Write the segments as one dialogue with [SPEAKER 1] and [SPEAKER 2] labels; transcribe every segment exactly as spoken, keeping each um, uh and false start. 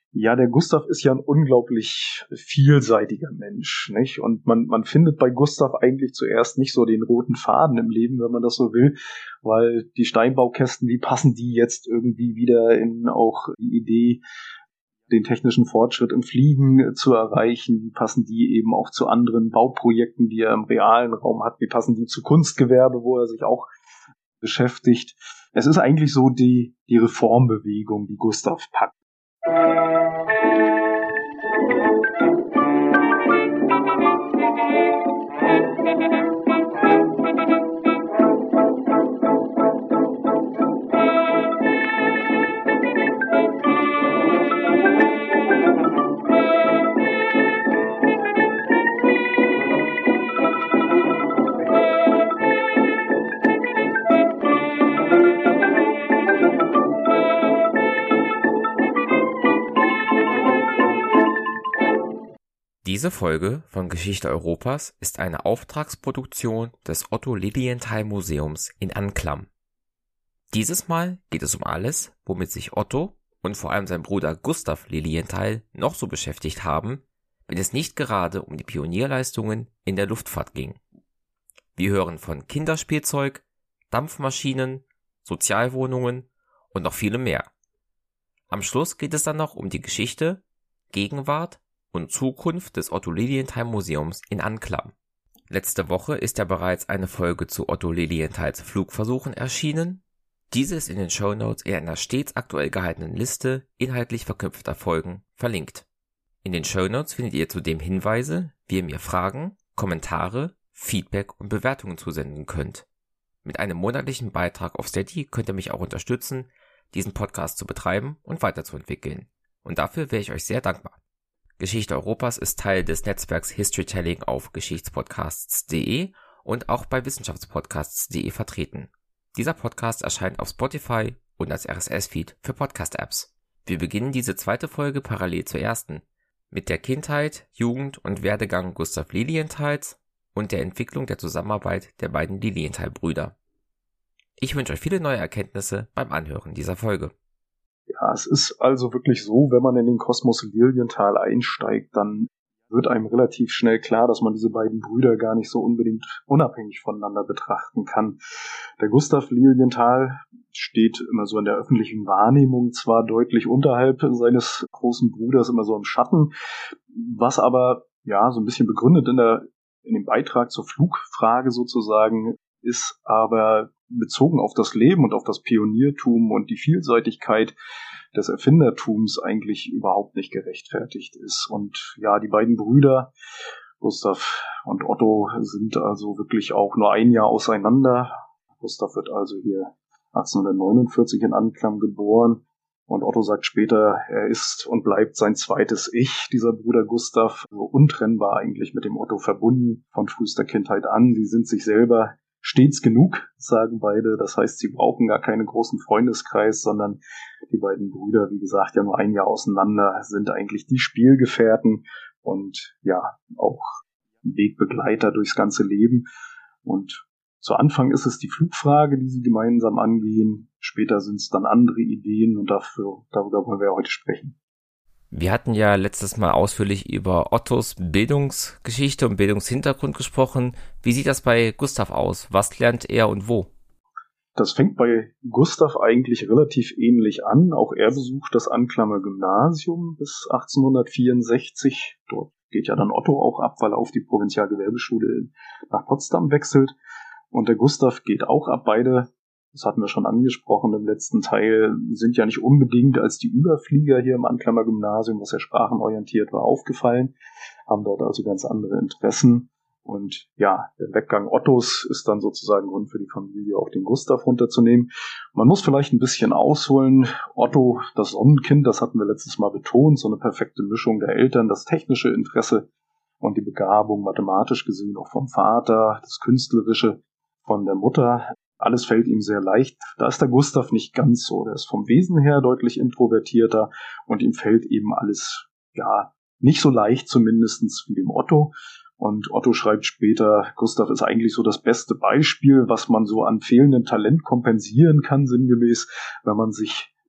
[SPEAKER 1] Ja, der Gustav ist ja ein unglaublich vielseitiger Mensch, nicht? Und man, man findet bei Gustav eigentlich zuerst nicht so den roten Faden im Leben, wenn man das so will, weil die Steinbaukästen, wie passen die jetzt irgendwie wieder in auch die Idee, den technischen Fortschritt im Fliegen zu erreichen? Wie passen die eben auch zu anderen Bauprojekten, die er im realen Raum hat? Wie passen die zu Kunstgewerbe, wo er sich auch beschäftigt? Es ist eigentlich so die, die Reformbewegung, die Gustav packt.
[SPEAKER 2] Diese Folge von Geschichte Europas ist eine Auftragsproduktion des Otto Lilienthal Museums in Anklam. Dieses Mal geht es um alles, womit sich Otto und vor allem sein Bruder Gustav Lilienthal noch so beschäftigt haben, wenn es nicht gerade um die Pionierleistungen in der Luftfahrt ging. Wir hören von Kinderspielzeug, Dampfmaschinen, Sozialwohnungen und noch viele mehr. Am Schluss geht es dann noch um die Geschichte, Gegenwart und Zukunft des Otto Lilienthal Museums in Anklam. Letzte Woche ist ja bereits eine Folge zu Otto Lilienthals Flugversuchen erschienen. Diese ist in den Shownotes in einer stets aktuell gehaltenen Liste inhaltlich verknüpfter Folgen verlinkt. In den Shownotes findet ihr zudem Hinweise, wie ihr mir Fragen, Kommentare, Feedback und Bewertungen zusenden könnt. Mit einem monatlichen Beitrag auf Steady könnt ihr mich auch unterstützen, diesen Podcast zu betreiben und weiterzuentwickeln. Und dafür wäre ich euch sehr dankbar. Geschichte Europas ist Teil des Netzwerks Historytelling auf geschichtspodcasts punkt de und auch bei wissenschaftspodcasts punkt de vertreten. Dieser Podcast erscheint auf Spotify und als R S S-Feed für Podcast-Apps. Wir beginnen diese zweite Folge parallel zur ersten, mit der Kindheit, Jugend und Werdegang Gustav Lilienthals und der Entwicklung der Zusammenarbeit der beiden Lilienthal-Brüder. Ich wünsche euch viele neue Erkenntnisse beim Anhören dieser Folge.
[SPEAKER 1] Ja, es ist also wirklich so, wenn man in den Kosmos Lilienthal einsteigt, dann wird einem relativ schnell klar, dass man diese beiden Brüder gar nicht so unbedingt unabhängig voneinander betrachten kann. Der Gustav Lilienthal steht immer so in der öffentlichen Wahrnehmung zwar deutlich unterhalb seines großen Bruders, immer so im Schatten, was aber ja so ein bisschen begründet in der in dem Beitrag zur Flugfrage sozusagen ist, aber bezogen auf das Leben und auf das Pioniertum und die Vielseitigkeit des Erfindertums eigentlich überhaupt nicht gerechtfertigt ist. Und ja, die beiden Brüder, Gustav und Otto, sind also wirklich auch nur ein Jahr auseinander. Gustav wird also hier achtzehnhundertneunundvierzig in Anklam geboren und Otto sagt später, er ist und bleibt sein zweites Ich, dieser Bruder Gustav, so untrennbar eigentlich mit dem Otto verbunden von frühester Kindheit an. Sie sind sich selber stets genug, sagen beide. Das heißt, sie brauchen gar keinen großen Freundeskreis, sondern die beiden Brüder, wie gesagt, ja nur ein Jahr auseinander, sind eigentlich die Spielgefährten und ja, auch Wegbegleiter durchs ganze Leben. Und zu Anfang ist es die Flugfrage, die sie gemeinsam angehen. Später sind es dann andere Ideen und dafür, darüber wollen wir heute sprechen.
[SPEAKER 2] Wir hatten ja letztes Mal ausführlich über Ottos Bildungsgeschichte und Bildungshintergrund gesprochen. Wie sieht das bei Gustav aus? Was lernt er und wo?
[SPEAKER 1] Das fängt bei Gustav eigentlich relativ ähnlich an. Auch er besucht das Anklamer Gymnasium bis achtzehnhundertvierundsechzig. Dort geht ja dann Otto auch ab, weil er auf die Provinzialgewerbeschule nach Potsdam wechselt. Und der Gustav geht auch ab. Beide, das hatten wir schon angesprochen im letzten Teil, sind ja nicht unbedingt als die Überflieger hier im Anklamer Gymnasium, was ja sprachenorientiert war, aufgefallen, haben dort also ganz andere Interessen. Und ja, der Weggang Ottos ist dann sozusagen Grund für die Familie, auch den Gustav runterzunehmen. Man muss vielleicht ein bisschen ausholen. Otto, das Sonnenkind, das hatten wir letztes Mal betont, so eine perfekte Mischung der Eltern, das technische Interesse und die Begabung, mathematisch gesehen auch vom Vater, das Künstlerische von der Mutter. Alles fällt ihm sehr leicht. Da ist der Gustav nicht ganz so. Der ist vom Wesen her deutlich introvertierter und ihm fällt eben alles, ja, nicht so leicht zumindest wie dem Otto. Und Otto schreibt später, Gustav ist eigentlich so das beste Beispiel, was man so an fehlendem Talent kompensieren kann, sinngemäß, wenn man sich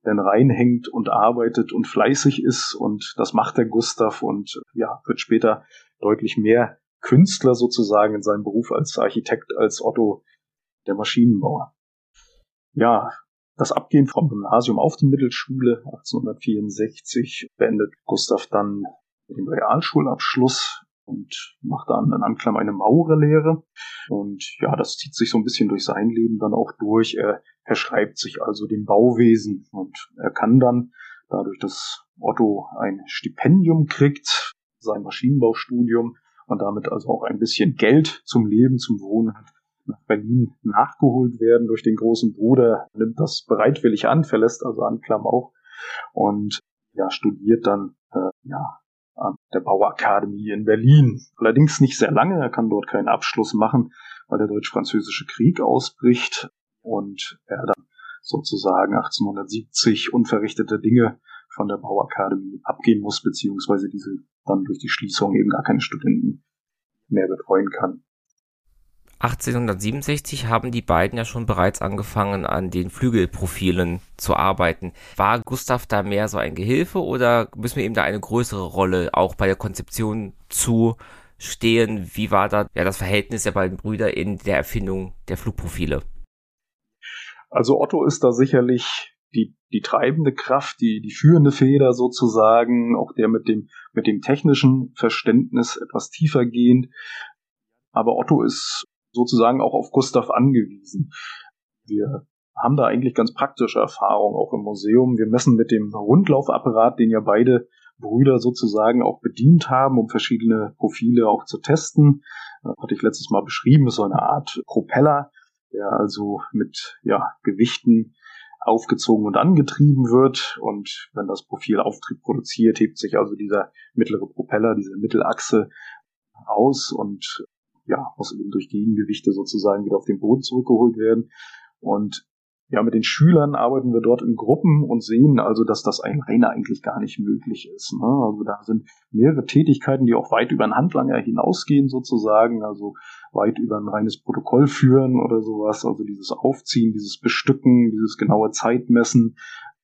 [SPEAKER 1] denn reinhängt und arbeitet und fleißig ist, und das macht der Gustav und ja, wird später deutlich mehr Künstler sozusagen in seinem Beruf als Architekt als Otto, der Maschinenbauer. Ja, das Abgehen vom Gymnasium auf die Mittelschule achtzehnhundertvierundsechzig beendet Gustav dann den Realschulabschluss und macht dann in Anklam eine Maurerlehre. Und ja, das zieht sich so ein bisschen durch sein Leben dann auch durch. Er verschreibt sich also dem Bauwesen und er kann dann, dadurch, dass Otto ein Stipendium kriegt, sein Maschinenbaustudium und damit also auch ein bisschen Geld zum Leben, zum Wohnen hat, nach Berlin nachgeholt werden durch den großen Bruder, nimmt das bereitwillig an, verlässt also Anklam auch und ja, studiert dann äh, ja an der Bauakademie in Berlin. Allerdings nicht sehr lange, er kann dort keinen Abschluss machen, weil der Deutsch-Französische Krieg ausbricht und er dann sozusagen achtzehnhundertsiebzig unverrichtete Dinge von der Bauakademie abgehen muss, beziehungsweise diese dann durch die Schließung eben gar keine Studenten mehr betreuen kann.
[SPEAKER 2] achtzehnhundertsiebenundsechzig haben die beiden ja schon bereits angefangen, an den Flügelprofilen zu arbeiten. War Gustav da mehr so ein Gehilfe oder müssen wir ihm da eine größere Rolle auch bei der Konzeption zustehen? Wie war da ja das Verhältnis der beiden Brüder in der Erfindung der Flugprofile?
[SPEAKER 1] Also Otto ist da sicherlich die, die treibende Kraft, die, die führende Feder sozusagen, auch der mit dem, mit dem technischen Verständnis etwas tiefer gehend. Aber Otto ist sozusagen auch auf Gustav angewiesen. Wir haben da eigentlich ganz praktische Erfahrungen auch im Museum. Wir messen mit dem Rundlaufapparat, den ja beide Brüder sozusagen auch bedient haben, um verschiedene Profile auch zu testen. Das hatte ich letztes Mal beschrieben, ist so eine Art Propeller, der also mit ja, Gewichten aufgezogen und angetrieben wird. Und wenn das Profil Auftrieb produziert, hebt sich also dieser mittlere Propeller, diese Mittelachse aus und ja, muss eben durch Gegengewichte sozusagen wieder auf den Boden zurückgeholt werden. Und ja, mit den Schülern arbeiten wir dort in Gruppen und sehen also, dass das alleine eigentlich gar nicht möglich ist. Ne? Also da sind mehrere Tätigkeiten, die auch weit über einen Handlanger hinausgehen sozusagen, also weit über ein reines Protokoll führen oder sowas. Also dieses Aufziehen, dieses Bestücken, dieses genaue Zeitmessen,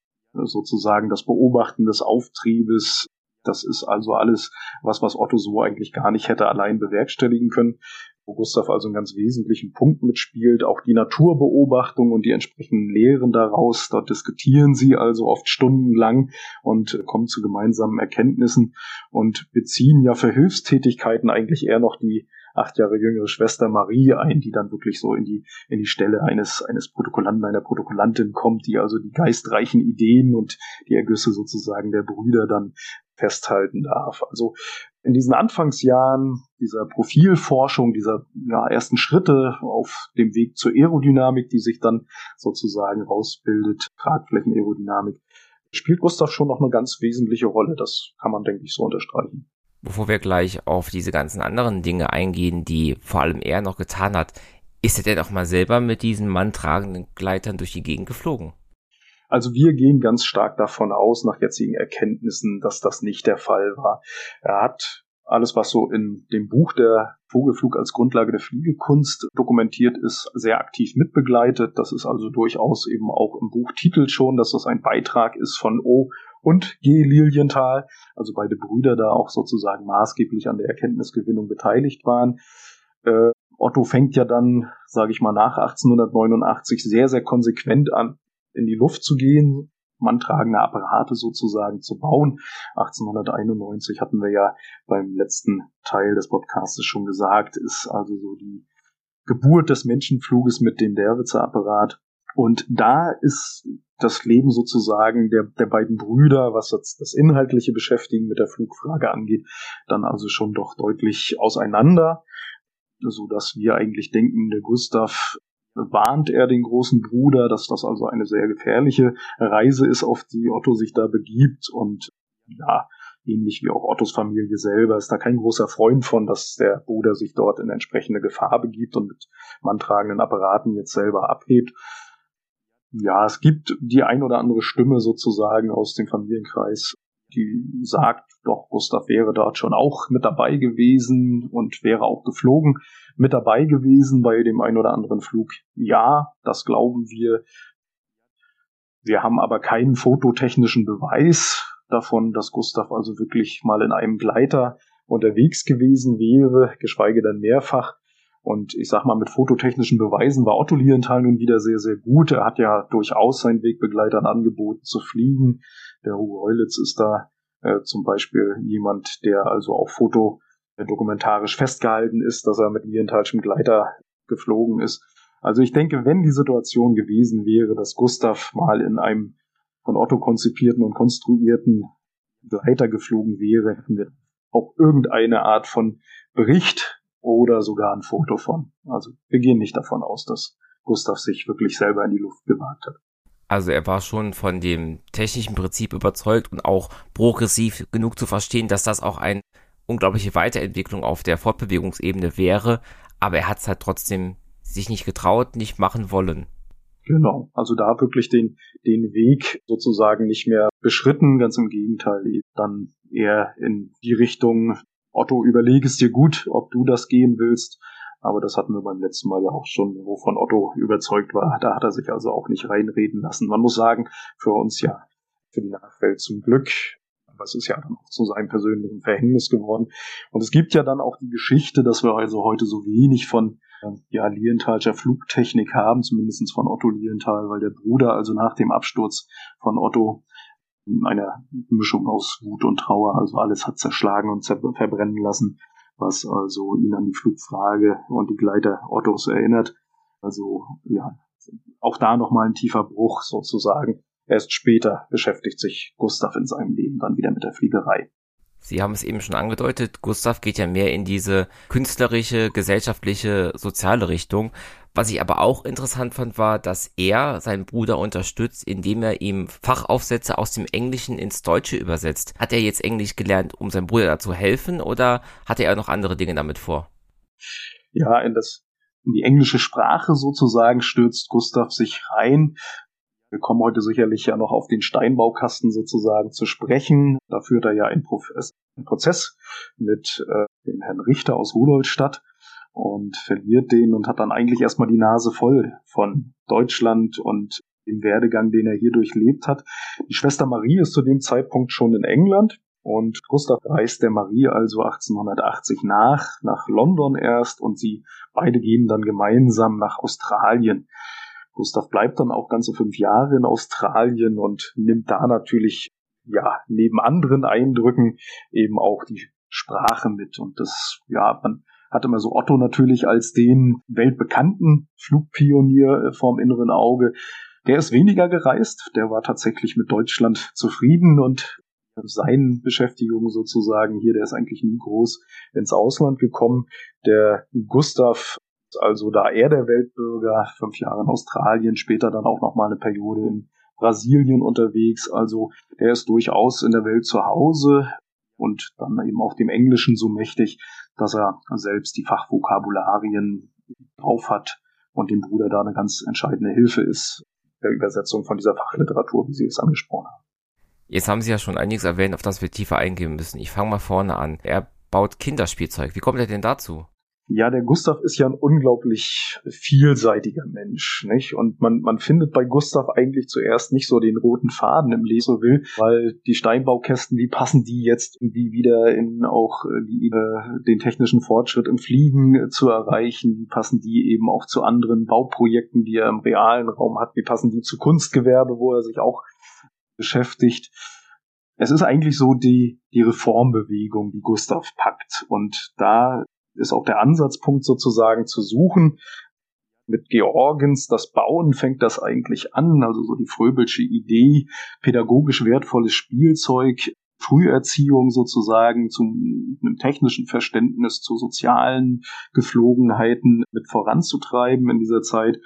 [SPEAKER 1] sozusagen das Beobachten des Auftriebes. Das ist also alles was, was Otto so eigentlich gar nicht hätte allein bewerkstelligen können. Wo Gustav also einen ganz wesentlichen Punkt mitspielt, auch die Naturbeobachtung und die entsprechenden Lehren daraus. Dort diskutieren sie also oft stundenlang und kommen zu gemeinsamen Erkenntnissen und beziehen ja für Hilfstätigkeiten eigentlich eher noch die acht Jahre jüngere Schwester Marie ein, die dann wirklich so in die in die Stelle eines eines Protokollanten, einer Protokollantin kommt, die also die geistreichen Ideen und die Ergüsse sozusagen der Brüder dann festhalten darf. Also in diesen Anfangsjahren dieser Profilforschung, dieser ja, ersten Schritte auf dem Weg zur Aerodynamik, die sich dann sozusagen rausbildet, Tragflächenaerodynamik, spielt Gustav schon noch eine ganz wesentliche Rolle. Das kann man, denke ich, so unterstreichen.
[SPEAKER 2] Bevor wir gleich auf diese ganzen anderen Dinge eingehen, die vor allem er noch getan hat, ist er denn auch mal selber mit diesen manntragenden Gleitern durch die Gegend geflogen?
[SPEAKER 1] Also wir gehen ganz stark davon aus, nach jetzigen Erkenntnissen, dass das nicht der Fall war. Er hat alles, was so in dem Buch der Vogelflug als Grundlage der Fliegekunst dokumentiert ist, sehr aktiv mitbegleitet. Das ist also durchaus eben auch im Buchtitel schon, dass das ein Beitrag ist von O. und G. Lilienthal, also beide Brüder da auch sozusagen maßgeblich an der Erkenntnisgewinnung beteiligt waren. Äh, Otto fängt ja dann, sage ich mal, nach achtzehnhundertneunundachtzig sehr, sehr konsequent an, in die Luft zu gehen, manntragende Apparate sozusagen zu bauen. achtzehnhunderteinundneunzig hatten wir ja beim letzten Teil des Podcasts schon gesagt, ist also so die Geburt des Menschenfluges mit dem Derwitzer-Apparat. Und da ist das Leben sozusagen der, der beiden Brüder, was jetzt das inhaltliche Beschäftigen mit der Flugfrage angeht, dann also schon doch deutlich auseinander, so dass wir eigentlich denken, der Gustav warnt er den großen Bruder, dass das also eine sehr gefährliche Reise ist, auf die Otto sich da begibt. Und ja, ähnlich wie auch Ottos Familie selber, ist da kein großer Freund von, dass der Bruder sich dort in entsprechende Gefahr begibt und mit manntragenden Apparaten jetzt selber abhebt. Ja, es gibt die ein oder andere Stimme sozusagen aus dem Familienkreis, die sagt, doch, Gustav wäre dort schon auch mit dabei gewesen und wäre auch geflogen mit dabei gewesen bei dem ein oder anderen Flug. Ja, das glauben wir. Wir haben aber keinen fototechnischen Beweis davon, dass Gustav also wirklich mal in einem Gleiter unterwegs gewesen wäre, geschweige denn mehrfach. Und ich sag mal, mit fototechnischen Beweisen war Otto Lilienthal nun wieder sehr, sehr gut. Er hat ja durchaus seinen Wegbegleitern angeboten zu fliegen. Der Hugo Heulitz ist da äh, zum Beispiel jemand, der also auch fotodokumentarisch festgehalten ist, dass er mit Lilienthalschem Gleiter geflogen ist. Also ich denke, wenn die Situation gewesen wäre, dass Gustav mal in einem von Otto konzipierten und konstruierten Gleiter geflogen wäre, hätten wir auch irgendeine Art von Bericht oder sogar ein Foto von. Also wir gehen nicht davon aus, dass Gustav sich wirklich selber in die Luft gewagt hat.
[SPEAKER 2] Also er war schon von dem technischen Prinzip überzeugt und auch progressiv genug zu verstehen, dass das auch eine unglaubliche Weiterentwicklung auf der Fortbewegungsebene wäre, aber er hat es halt trotzdem sich nicht getraut, nicht machen wollen.
[SPEAKER 1] Genau, also da wirklich den, den Weg sozusagen nicht mehr beschritten, ganz im Gegenteil, dann eher in die Richtung, Otto, überleg es dir gut, ob du das gehen willst. Aber das hatten wir beim letzten Mal ja auch schon, wovon Otto überzeugt war. Da hat er sich also auch nicht reinreden lassen. Man muss sagen, für uns ja, für die Nachwelt zum Glück. Aber es ist ja dann auch zu seinem persönlichen Verhängnis geworden. Und es gibt ja dann auch die Geschichte, dass wir also heute so wenig von ja, Lilienthalscher Flugtechnik haben, zumindest von Otto Lilienthal, weil der Bruder also nach dem Absturz von Otto in einer Mischung aus Wut und Trauer, also alles hat zerschlagen und zer- verbrennen lassen, was also ihn an die Flugfrage und die Gleiter Ottos erinnert. Also ja, auch da nochmal ein tiefer Bruch sozusagen. Erst später beschäftigt sich Gustav in seinem Leben dann wieder mit der Fliegerei.
[SPEAKER 2] Sie haben es eben schon angedeutet, Gustav geht ja mehr in diese künstlerische, gesellschaftliche, soziale Richtung. Was ich aber auch interessant fand, war, dass er seinen Bruder unterstützt, indem er ihm Fachaufsätze aus dem Englischen ins Deutsche übersetzt. Hat er jetzt Englisch gelernt, um seinem Bruder dazu helfen, oder hatte er noch andere Dinge damit vor?
[SPEAKER 1] Ja, in das, in die englische Sprache sozusagen stürzt Gustav sich rein. Wir kommen heute sicherlich ja noch auf den Steinbaukasten sozusagen zu sprechen. Da führt er ja einen, Prof- einen Prozess mit äh, dem Herrn Richter aus Rudolstadt und verliert den und hat dann eigentlich erstmal die Nase voll von Deutschland und dem Werdegang, den er hier durchlebt hat. Die Schwester Marie ist zu dem Zeitpunkt schon in England und Gustav reist der Marie also achtzehnhundertachtzig nach, nach London erst, und sie beide gehen dann gemeinsam nach Australien. Gustav bleibt dann auch ganze fünf Jahre in Australien und nimmt da natürlich, ja, neben anderen Eindrücken eben auch die Sprache mit. Und das, ja, man hat immer so Otto natürlich als den weltbekannten Flugpionier vorm inneren Auge. Der ist weniger gereist, der war tatsächlich mit Deutschland zufrieden und seine Beschäftigung sozusagen hier, der ist eigentlich nie groß ins Ausland gekommen. Der Gustav, also da er der Weltbürger, fünf Jahre in Australien, später dann auch nochmal eine Periode in Brasilien unterwegs. Also der ist durchaus in der Welt zu Hause und dann eben auch dem Englischen so mächtig, dass er selbst die Fachvokabularien drauf hat und dem Bruder da eine ganz entscheidende Hilfe ist, der Übersetzung von dieser Fachliteratur, wie Sie es angesprochen haben.
[SPEAKER 2] Jetzt haben Sie ja schon einiges erwähnt, auf das wir tiefer eingehen müssen. Ich fange mal vorne an. Er baut Kinderspielzeug. Wie kommt er denn dazu?
[SPEAKER 1] Ja, der Gustav ist ja ein unglaublich vielseitiger Mensch, nicht? Und man, man findet bei Gustav eigentlich zuerst nicht so den roten Faden im Lesen will, weil die Steinbaukästen, wie passen die jetzt irgendwie wieder in auch die, äh, den technischen Fortschritt im Fliegen äh, zu erreichen? Wie passen die eben auch zu anderen Bauprojekten, die er im realen Raum hat? Wie passen die zu Kunstgewerbe, wo er sich auch beschäftigt? Es ist eigentlich so die, die Reformbewegung, die Gustav packt. Und da ist auch der Ansatzpunkt sozusagen zu suchen. Mit Georgens, das Bauen fängt das eigentlich an, also so die Fröbelsche Idee, pädagogisch wertvolles Spielzeug, Früherziehung sozusagen zum einem technischen Verständnis zu sozialen Geflogenheiten mit voranzutreiben in dieser Zeit.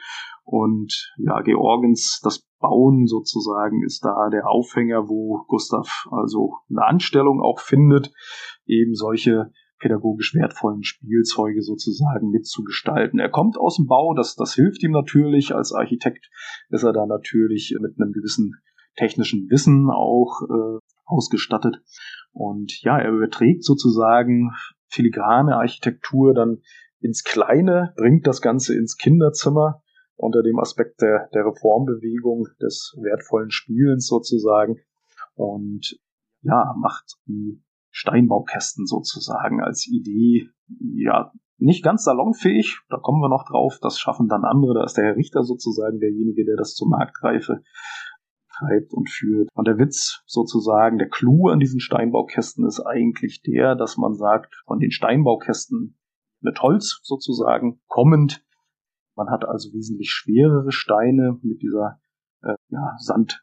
[SPEAKER 1] Und ja, Georgens, das Bauen sozusagen ist da der Aufhänger, wo Gustav also eine Anstellung auch findet, eben solche pädagogisch wertvollen Spielzeuge sozusagen mitzugestalten. Er kommt aus dem Bau, das, das hilft ihm natürlich. Als Architekt ist er da natürlich mit einem gewissen technischen Wissen auch äh, ausgestattet. Und ja, er überträgt sozusagen filigrane Architektur dann ins Kleine, bringt das Ganze ins Kinderzimmer. unter dem Aspekt der, der Reformbewegung, des wertvollen Spielens sozusagen, und ja, macht die Steinbaukästen sozusagen als Idee, ja, nicht ganz salonfähig, da kommen wir noch drauf, das schaffen dann andere, da ist der Herr Richter sozusagen derjenige, der das zur Marktreife treibt und führt. Und der Witz sozusagen, der Clou an diesen Steinbaukästen ist eigentlich der, dass man sagt, von den Steinbaukästen mit Holz sozusagen kommend, man hat also wesentlich schwerere Steine mit dieser äh, ja,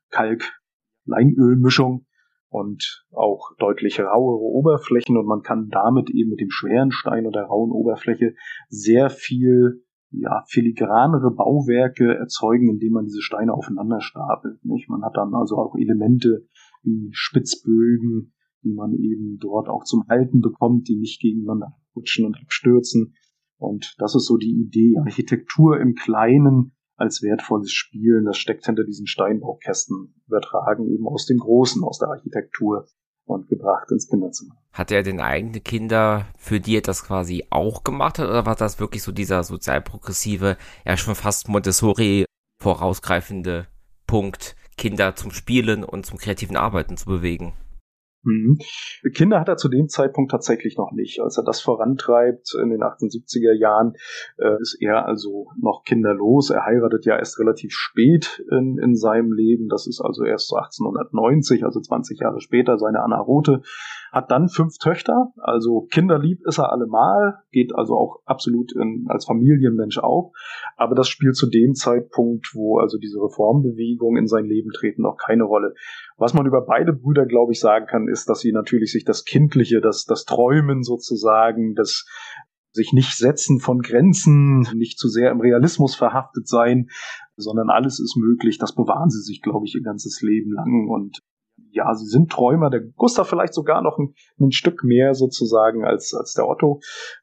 [SPEAKER 1] Sand-Kalk-Leinölmischung und auch deutlich rauere Oberflächen, und man kann damit eben mit dem schweren Stein und der rauen Oberfläche sehr viel ja, filigranere Bauwerke erzeugen, indem man diese Steine aufeinander stapelt. Nicht? Man hat dann also auch Elemente wie Spitzbögen, die man eben dort auch zum Halten bekommt, die nicht gegeneinander rutschen und abstürzen. Und das ist so die Idee, Architektur im Kleinen als wertvolles Spielen, das steckt hinter diesen Steinbaukästen, übertragen eben aus dem Großen, aus der Architektur und gebracht ins Kinderzimmer.
[SPEAKER 2] Hat er denn eigene Kinder, für die er das quasi auch gemacht hat, oder war das wirklich so dieser sozialprogressive, ja schon fast Montessori vorausgreifende Punkt, Kinder zum Spielen und zum kreativen Arbeiten zu bewegen?
[SPEAKER 1] Mhm. Kinder hat er zu dem Zeitpunkt tatsächlich noch nicht. Als er das vorantreibt in den achtundsiebziger Jahren, äh, ist er also noch kinderlos. Er heiratet ja erst relativ spät in, in seinem Leben. Das ist also erst so achtzehnhundertneunzig, also zwanzig Jahre später, seine Anna Rothe. Hat dann fünf Töchter, also kinderlieb ist er allemal, geht also auch absolut in, als Familienmensch auf. Aber das spielt zu dem Zeitpunkt, wo also diese Reformbewegung in sein Leben treten, noch keine Rolle. Was man über beide Brüder, glaube ich, sagen kann, ist, dass sie natürlich sich das Kindliche, das, das Träumen sozusagen, das sich nicht setzen von Grenzen, nicht zu sehr im Realismus verhaftet sein, sondern alles ist möglich. Das bewahren sie sich, glaube ich, ihr ganzes Leben lang. Und ja, sie sind Träumer. Der Gustav vielleicht sogar noch ein, ein Stück mehr sozusagen als, als der Otto.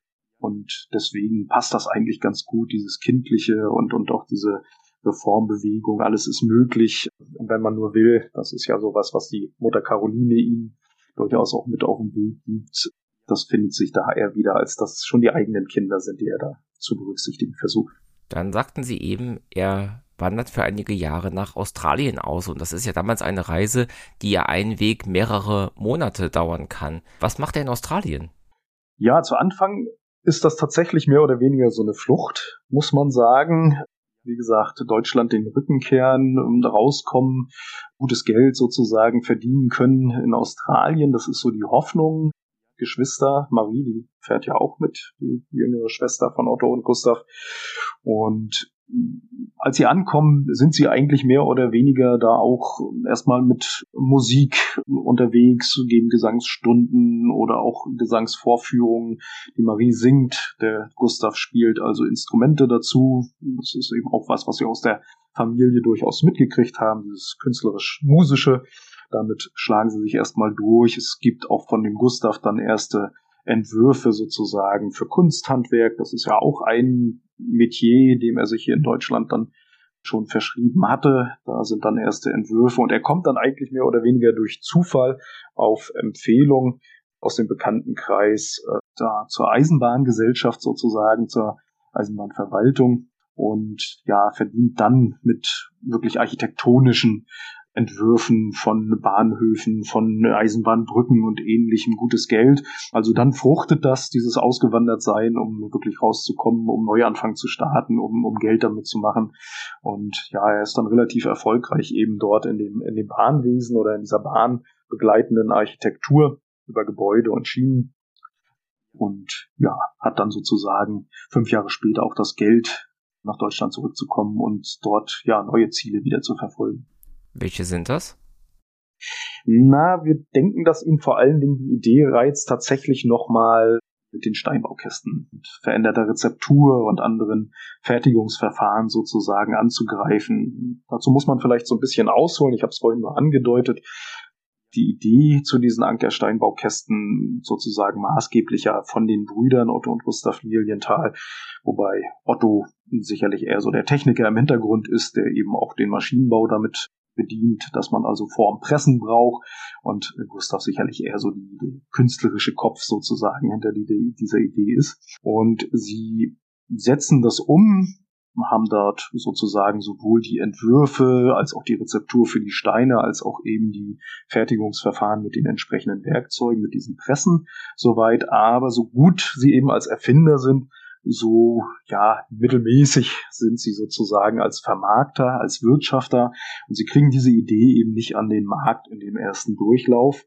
[SPEAKER 1] Und deswegen passt das eigentlich ganz gut, dieses Kindliche und, und auch diese Reformbewegung. Alles ist möglich, wenn man nur will. Das ist ja sowas, was die Mutter Caroline ihnen durchaus auch mit auf den Weg gibt. Das findet sich da eher wieder, als dass es schon die eigenen Kinder sind, die er da zu berücksichtigen versucht.
[SPEAKER 2] Dann sagten Sie eben, er wandert für einige Jahre nach Australien aus. Und das ist ja damals eine Reise, die ja einen Weg mehrere Monate dauern kann. Was macht er in Australien?
[SPEAKER 1] Ja, zu Anfang ist das tatsächlich mehr oder weniger so eine Flucht, muss man sagen. Wie gesagt, Deutschland den Rücken kehren, rauskommen, gutes Geld sozusagen verdienen können in Australien. Das ist so die Hoffnung. Geschwister, Marie, die fährt ja auch mit, die jüngere Schwester von Otto und Gustav. Und als sie ankommen, sind sie eigentlich mehr oder weniger da auch erstmal mit Musik unterwegs, geben Gesangsstunden oder auch Gesangsvorführungen. Die Marie singt, der Gustav spielt also Instrumente dazu. Das ist eben auch was, was sie aus der Familie durchaus mitgekriegt haben, dieses künstlerisch-musische. Damit schlagen sie sich erstmal durch. Es gibt auch von dem Gustav dann erste Entwürfe sozusagen für Kunsthandwerk. Das ist ja auch ein Metier, dem er sich hier in Deutschland dann schon verschrieben hatte. Da sind dann erste Entwürfe und er kommt dann eigentlich mehr oder weniger durch Zufall auf Empfehlung aus dem Bekanntenkreis äh, da zur Eisenbahngesellschaft sozusagen, zur Eisenbahnverwaltung und ja, verdient dann mit wirklich architektonischen Entwürfen von Bahnhöfen, von Eisenbahnbrücken und ähnlichem gutes Geld. Also dann fruchtet das, dieses Ausgewandertsein, um wirklich rauszukommen, um Neuanfang zu starten, um, um Geld damit zu machen. Und ja, er ist dann relativ erfolgreich eben dort in dem, in dem Bahnwesen oder in dieser bahnbegleitenden Architektur über Gebäude und Schienen. Und ja, hat dann sozusagen fünf Jahre später auch das Geld, nach Deutschland zurückzukommen und dort ja neue Ziele wieder zu verfolgen.
[SPEAKER 2] Welche sind das?
[SPEAKER 1] Na, wir denken, dass ihn vor allen Dingen die Idee reizt, tatsächlich nochmal mit den Steinbaukästen mit veränderter Rezeptur und anderen Fertigungsverfahren sozusagen anzugreifen. Dazu muss man vielleicht so ein bisschen ausholen. Ich habe es vorhin nur angedeutet. Die Idee zu diesen Anker-Steinbaukästen sozusagen maßgeblicher von den Brüdern Otto und Gustav Lilienthal, wobei Otto sicherlich eher so der Techniker im Hintergrund ist, der eben auch den Maschinenbau damit bedient, dass man also Formpressen braucht und Gustav sicherlich eher so die, die künstlerische Kopf sozusagen hinter die, die, dieser Idee ist. Und sie setzen das um haben dort sozusagen sowohl die Entwürfe als auch die Rezeptur für die Steine, als auch eben die Fertigungsverfahren mit den entsprechenden Werkzeugen, mit diesen Pressen soweit. Aber so gut sie eben als Erfinder sind, so ja mittelmäßig sind sie sozusagen als Vermarkter, als Wirtschafter, und sie kriegen diese Idee eben nicht an den Markt in dem ersten Durchlauf,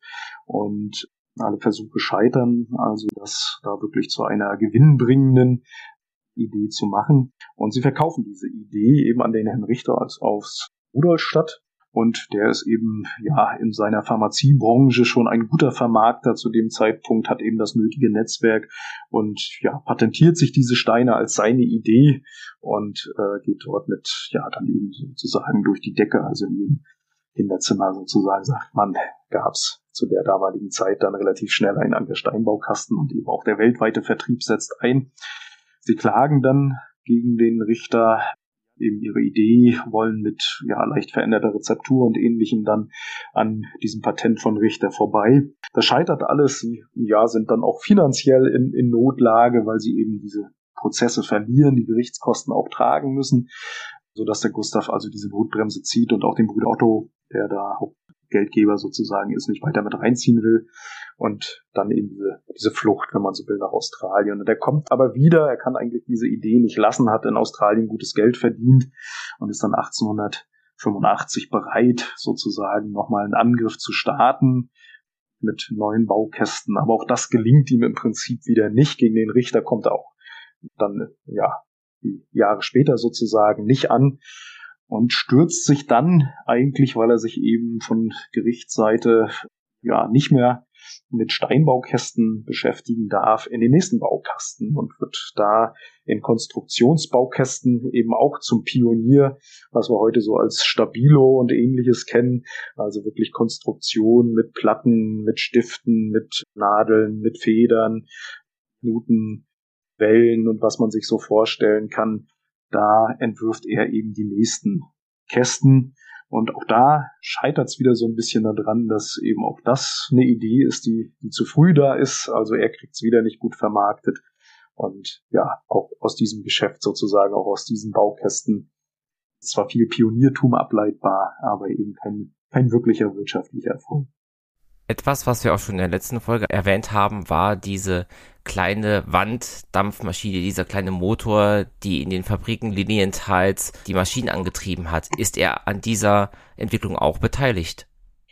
[SPEAKER 1] und alle Versuche scheitern, also das da wirklich zu einer gewinnbringenden Idee zu machen. Und sie verkaufen diese Idee eben an den Herrn Richter als aus Rudolstadt. Und der ist eben ja in seiner Pharmaziebranche schon ein guter Vermarkter zu dem Zeitpunkt, hat eben das nötige Netzwerk und ja patentiert sich diese Steine als seine Idee und äh, geht dort mit ja dann eben sozusagen durch die Decke, also in jedem Kinderzimmer sozusagen, sagt man, gab's zu der damaligen Zeit dann relativ schnell einen Anker Steinbaukasten, und eben auch der weltweite Vertrieb setzt ein. Sie klagen dann gegen den Richter eben ihre Idee, wollen mit ja leicht veränderter Rezeptur und Ähnlichem dann an diesem Patent von Richter vorbei. Das scheitert alles. Sie ja, sind dann auch finanziell in, in Notlage, weil sie eben diese Prozesse verlieren, die Gerichtskosten auch tragen müssen, sodass der Gustav also diese Notbremse zieht und auch den Bruder Otto, der da Hauptgeldgeber sozusagen ist, nicht weiter mit reinziehen will. Und dann eben diese, diese Flucht, wenn man so will, nach Australien. Und er kommt aber wieder, er kann eigentlich diese Idee nicht lassen, hat in Australien gutes Geld verdient und ist dann achtzehnhundertfünfundachtzig bereit, sozusagen nochmal einen Angriff zu starten mit neuen Baukästen. Aber auch das gelingt ihm im Prinzip wieder nicht. Gegen den Richter kommt er auch dann, ja, die Jahre später sozusagen nicht an und stürzt sich dann eigentlich, weil er sich eben von Gerichtsseite ja nicht mehr mit Steinbaukästen beschäftigen darf, in den nächsten Baukasten und wird da in Konstruktionsbaukästen eben auch zum Pionier, was wir heute so als Stabilo und Ähnliches kennen, also wirklich Konstruktion mit Platten, mit Stiften, mit Nadeln, mit Federn, Knuten, Wellen und was man sich so vorstellen kann. Da entwirft er eben die nächsten Kästen. Und auch da scheitert es wieder so ein bisschen daran, dass eben auch das eine Idee ist, die, die zu früh da ist. Also er kriegt es wieder nicht gut vermarktet. Und ja, auch aus diesem Geschäft sozusagen, auch aus diesen Baukästen, ist zwar viel Pioniertum ableitbar, aber eben kein, kein wirklicher wirtschaftlicher Erfolg.
[SPEAKER 2] Etwas, was wir auch schon in der letzten Folge erwähnt haben, war diese kleine Wanddampfmaschine, dieser kleine Motor, die in den Fabriken Lilienthal's die Maschinen angetrieben hat. Ist er an dieser Entwicklung auch beteiligt?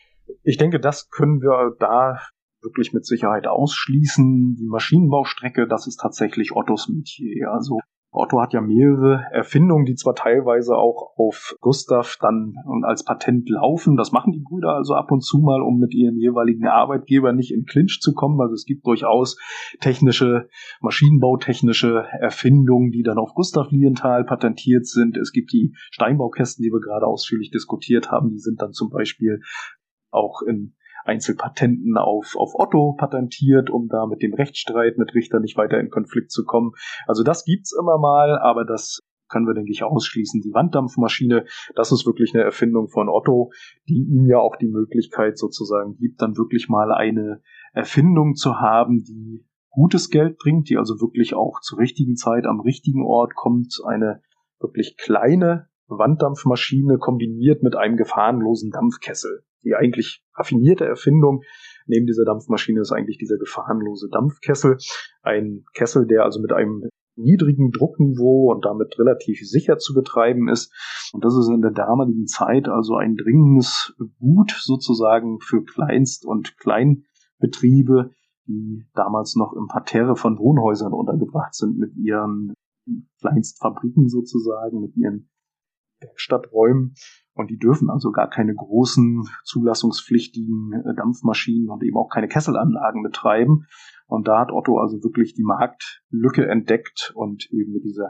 [SPEAKER 1] Ich denke, das können wir da wirklich mit Sicherheit ausschließen. Die Maschinenbaustrecke, das ist tatsächlich Ottos Metier. Also Otto hat ja mehrere Erfindungen, die zwar teilweise auch auf Gustav dann als Patent laufen. Das machen die Brüder also ab und zu mal, um mit ihren jeweiligen Arbeitgebern nicht in Clinch zu kommen. Also es gibt durchaus technische, maschinenbautechnische Erfindungen, die dann auf Gustav Lilienthal patentiert sind. Es gibt die Steinbaukästen, die wir gerade ausführlich diskutiert haben. Die sind dann zum Beispiel auch in Einzelpatenten auf, auf Otto patentiert, um da mit dem Rechtsstreit mit Richter nicht weiter in Konflikt zu kommen. Also das gibt's immer mal, aber das können wir, denke ich, ausschließen. Die Wanddampfmaschine, das ist wirklich eine Erfindung von Otto, die ihm ja auch die Möglichkeit sozusagen gibt, dann wirklich mal eine Erfindung zu haben, die gutes Geld bringt, die also wirklich auch zur richtigen Zeit am richtigen Ort kommt. Eine wirklich kleine Wanddampfmaschine kombiniert mit einem gefahrenlosen Dampfkessel. Die eigentlich raffinierte Erfindung neben dieser Dampfmaschine ist eigentlich dieser gefahrenlose Dampfkessel. Ein Kessel, der also mit einem niedrigen Druckniveau und damit relativ sicher zu betreiben ist. Und das ist in der damaligen Zeit also ein dringendes Gut sozusagen für Kleinst- und Kleinbetriebe, die damals noch im Parterre von Wohnhäusern untergebracht sind mit ihren Kleinstfabriken sozusagen, mit ihren Werkstatträumen. Und die dürfen also gar keine großen zulassungspflichtigen Dampfmaschinen und eben auch keine Kesselanlagen betreiben. Und da hat Otto also wirklich die Marktlücke entdeckt und eben mit dieser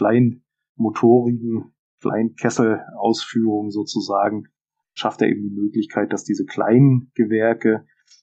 [SPEAKER 1] kleinmotorigen, Kleinkesselausführung sozusagen schafft er eben die Möglichkeit, dass diese kleinen Gewerke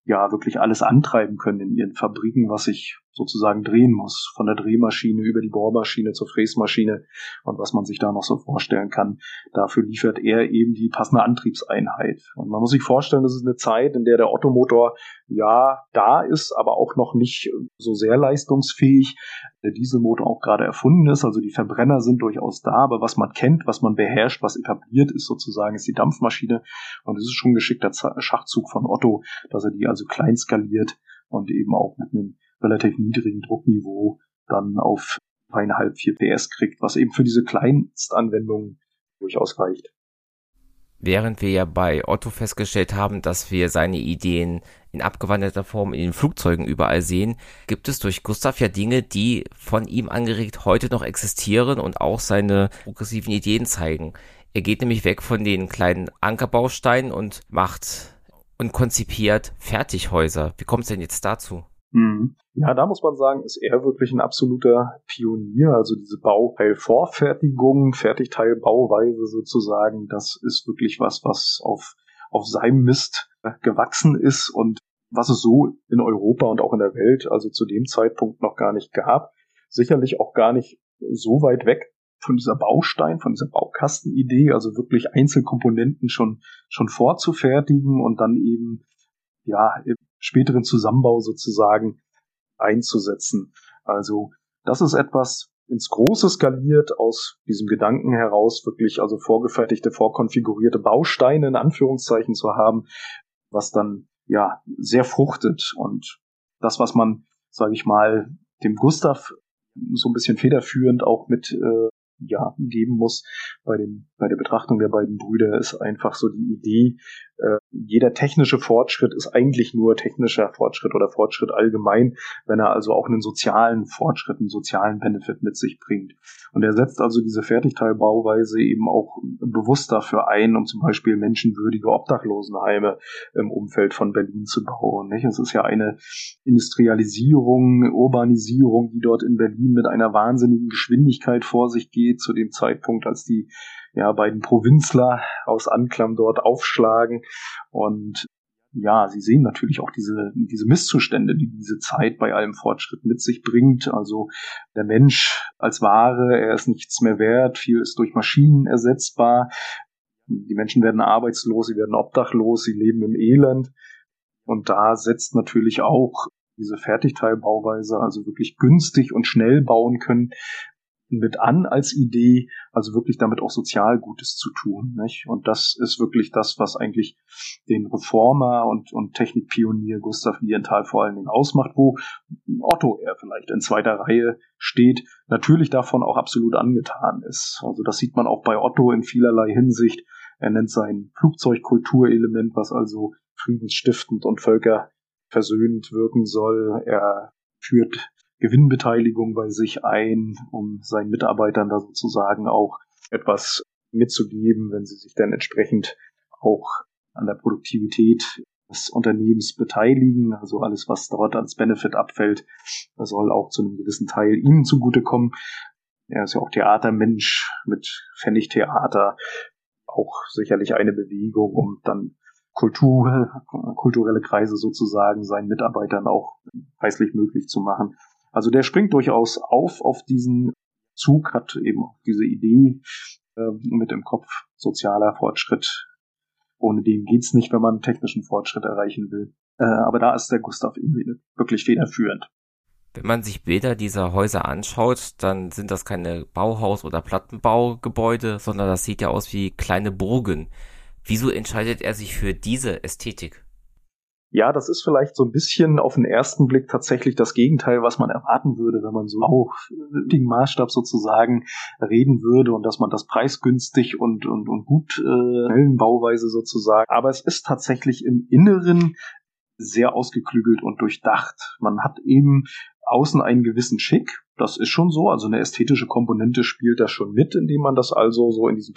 [SPEAKER 1] ja wirklich alles antreiben können in ihren Fabriken, was sich sozusagen drehen muss, von der Drehmaschine über die Bohrmaschine zur Fräsmaschine und was man sich da noch so vorstellen kann. Dafür liefert er eben die passende Antriebseinheit. Und man muss sich vorstellen, das ist eine Zeit, in der der Ottomotor ja da ist, aber auch noch nicht so sehr leistungsfähig. Der Dieselmotor auch gerade erfunden ist, also die Verbrenner sind durchaus da, aber was man kennt, was man beherrscht, was etabliert ist sozusagen, ist die Dampfmaschine. Und es ist schon ein geschickter Schachzug von Otto, dass er die also klein skaliert und eben auch mit einem relativ niedrigen Druckniveau dann auf dreieinhalb, vier P S kriegt, was eben für diese Kleinstanwendungen durchaus reicht.
[SPEAKER 2] Während wir ja bei Otto festgestellt haben, dass wir seine Ideen in abgewandelter Form in den Flugzeugen überall sehen, gibt es durch Gustav ja Dinge, die von ihm angeregt heute noch existieren und auch seine progressiven Ideen zeigen. Er geht nämlich weg von den kleinen Ankerbausteinen und macht und konzipiert Fertighäuser. Wie kommt es denn jetzt dazu?
[SPEAKER 1] Mhm. Ja, da muss man sagen, ist er wirklich ein absoluter Pionier. Also diese Bauteilvorfertigung, Fertigteilbauweise sozusagen, das ist wirklich was, was auf, auf seinem Mist gewachsen ist und was es so in Europa und auch in der Welt also zu dem Zeitpunkt noch gar nicht gab. Sicherlich auch gar nicht so weit weg von dieser Baustein, von dieser Baukastenidee, also wirklich Einzelkomponenten schon, schon vorzufertigen und dann eben, ja, im späteren Zusammenbau sozusagen einzusetzen. Also das ist etwas ins Große skaliert aus diesem Gedanken heraus, wirklich also vorgefertigte, vorkonfigurierte Bausteine in Anführungszeichen zu haben, was dann ja sehr fruchtet. Und das, was man, sage ich mal, dem Gustav so ein bisschen federführend auch mit äh, ja geben muss bei dem bei der Betrachtung der beiden Brüder, ist einfach so die Idee, äh, jeder technische Fortschritt ist eigentlich nur technischer Fortschritt oder Fortschritt allgemein, wenn er also auch einen sozialen Fortschritt, einen sozialen Benefit mit sich bringt. Und er setzt also diese Fertigteilbauweise eben auch bewusst dafür ein, um zum Beispiel menschenwürdige Obdachlosenheime im Umfeld von Berlin zu bauen. Nicht? Es ist ja eine Industrialisierung, Urbanisierung, die dort in Berlin mit einer wahnsinnigen Geschwindigkeit vor sich geht, zu dem Zeitpunkt, als die ja beiden Provinzler aus Anklam dort aufschlagen. Und ja, sie sehen natürlich auch diese diese Misszustände, die diese Zeit bei allem Fortschritt mit sich bringt. Also der Mensch als Ware, er ist nichts mehr wert, viel ist durch Maschinen ersetzbar. Die Menschen werden arbeitslos, sie werden obdachlos, sie leben im Elend. Und da setzt natürlich auch diese Fertigteilbauweise, also wirklich günstig und schnell bauen können, mit an als Idee, also wirklich damit auch sozial Gutes zu tun, nicht? Und das ist wirklich das, was eigentlich den Reformer und, und Technikpionier Gustav Lilienthal vor allen Dingen ausmacht, wo Otto er vielleicht in zweiter Reihe steht, natürlich davon auch absolut angetan ist. Also das sieht man auch bei Otto in vielerlei Hinsicht. Er nennt sein Flugzeugkulturelement, was also friedensstiftend und völkerversöhnend wirken soll. Er führt Gewinnbeteiligung bei sich ein, um seinen Mitarbeitern da sozusagen auch etwas mitzugeben, wenn sie sich dann entsprechend auch an der Produktivität des Unternehmens beteiligen. Also alles, was dort als Benefit abfällt, das soll auch zu einem gewissen Teil ihnen zugutekommen. Er ist ja auch Theatermensch mit Pfennigtheater, auch sicherlich eine Bewegung, um dann Kultur, kulturelle Kreise sozusagen seinen Mitarbeitern auch preislich möglich zu machen. Also der springt durchaus auf auf diesen Zug, hat eben auch diese Idee äh, mit im Kopf, sozialer Fortschritt. Ohne den geht's nicht, wenn man einen technischen Fortschritt erreichen will. Äh, aber da ist der Gustav irgendwie wirklich federführend.
[SPEAKER 2] Wenn man sich Bilder dieser Häuser anschaut, dann sind das keine Bauhaus- oder Plattenbaugebäude, sondern das sieht ja aus wie kleine Burgen. Wieso entscheidet er sich für diese Ästhetik?
[SPEAKER 1] Ja, das ist vielleicht so ein bisschen auf den ersten Blick tatsächlich das Gegenteil, was man erwarten würde, wenn man so auf heutigen Maßstab sozusagen reden würde und dass man das preisgünstig und und und gut äh, schnellen Bauweise sozusagen. Aber es ist tatsächlich im Inneren sehr ausgeklügelt und durchdacht. Man hat eben außen einen gewissen Schick. Das ist schon so. Also eine ästhetische Komponente spielt da schon mit, indem man das also so in diesen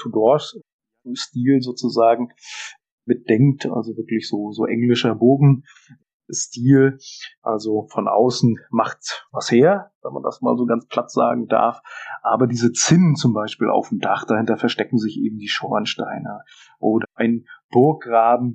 [SPEAKER 1] Tudor-Stil sozusagen mitdenkt, also wirklich so so englischer Bogenstil, also von außen macht was her, wenn man das mal so ganz platt sagen darf, aber diese Zinnen zum Beispiel auf dem Dach, dahinter verstecken sich eben die Schornsteine oder ein Burggraben wird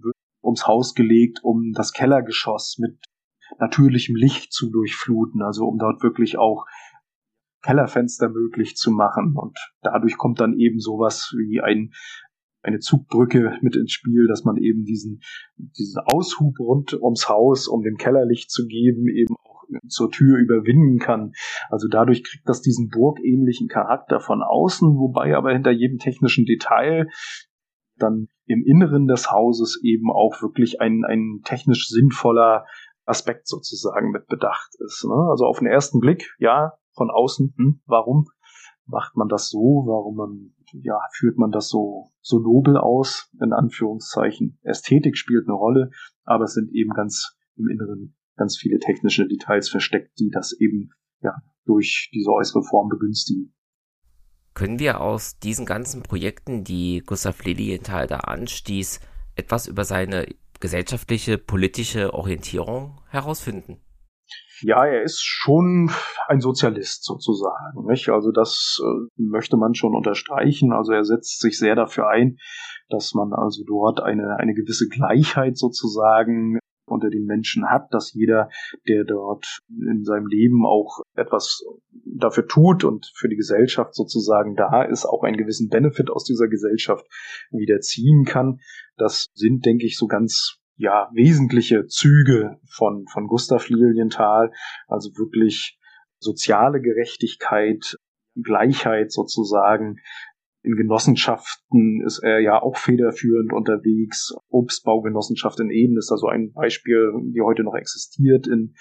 [SPEAKER 1] ums Haus gelegt, um das Kellergeschoss mit natürlichem Licht zu durchfluten, also um dort wirklich auch Kellerfenster möglich zu machen. Und dadurch kommt dann eben sowas wie ein eine Zugbrücke mit ins Spiel, dass man eben diesen, diesen Aushub rund ums Haus, um dem Keller Licht zu geben, eben auch zur Tür überwinden kann. Also dadurch kriegt das diesen burgähnlichen Charakter von außen, wobei aber hinter jedem technischen Detail dann im Inneren des Hauses eben auch wirklich ein, ein technisch sinnvoller Aspekt sozusagen mit bedacht ist. Ne? Also auf den ersten Blick, ja, von außen, hm, warum macht man das so? Warum man, ja, führt man das so, so nobel aus? In Anführungszeichen. Ästhetik spielt eine Rolle, aber es sind eben ganz im Inneren ganz viele technische Details versteckt, die das eben, ja, durch diese äußere Form begünstigen.
[SPEAKER 2] Können wir aus diesen ganzen Projekten, die Gustav Lilienthal da anstieß, etwas über seine gesellschaftliche, politische Orientierung herausfinden?
[SPEAKER 1] Ja, er ist schon ein Sozialist sozusagen, nicht? Also das äh, möchte man schon unterstreichen. Also er setzt sich sehr dafür ein, dass man also dort eine, eine gewisse Gleichheit sozusagen unter den Menschen hat, dass jeder, der dort in seinem Leben auch etwas dafür tut und für die Gesellschaft sozusagen da ist, auch einen gewissen Benefit aus dieser Gesellschaft wieder ziehen kann. Das sind, denke ich, so ganz ja wesentliche Züge von von Gustav Lilienthal, also wirklich soziale Gerechtigkeit, Gleichheit sozusagen. In Genossenschaften ist er ja auch federführend unterwegs. Obstbaugenossenschaft in Eden ist also ein Beispiel, die heute noch existiert, in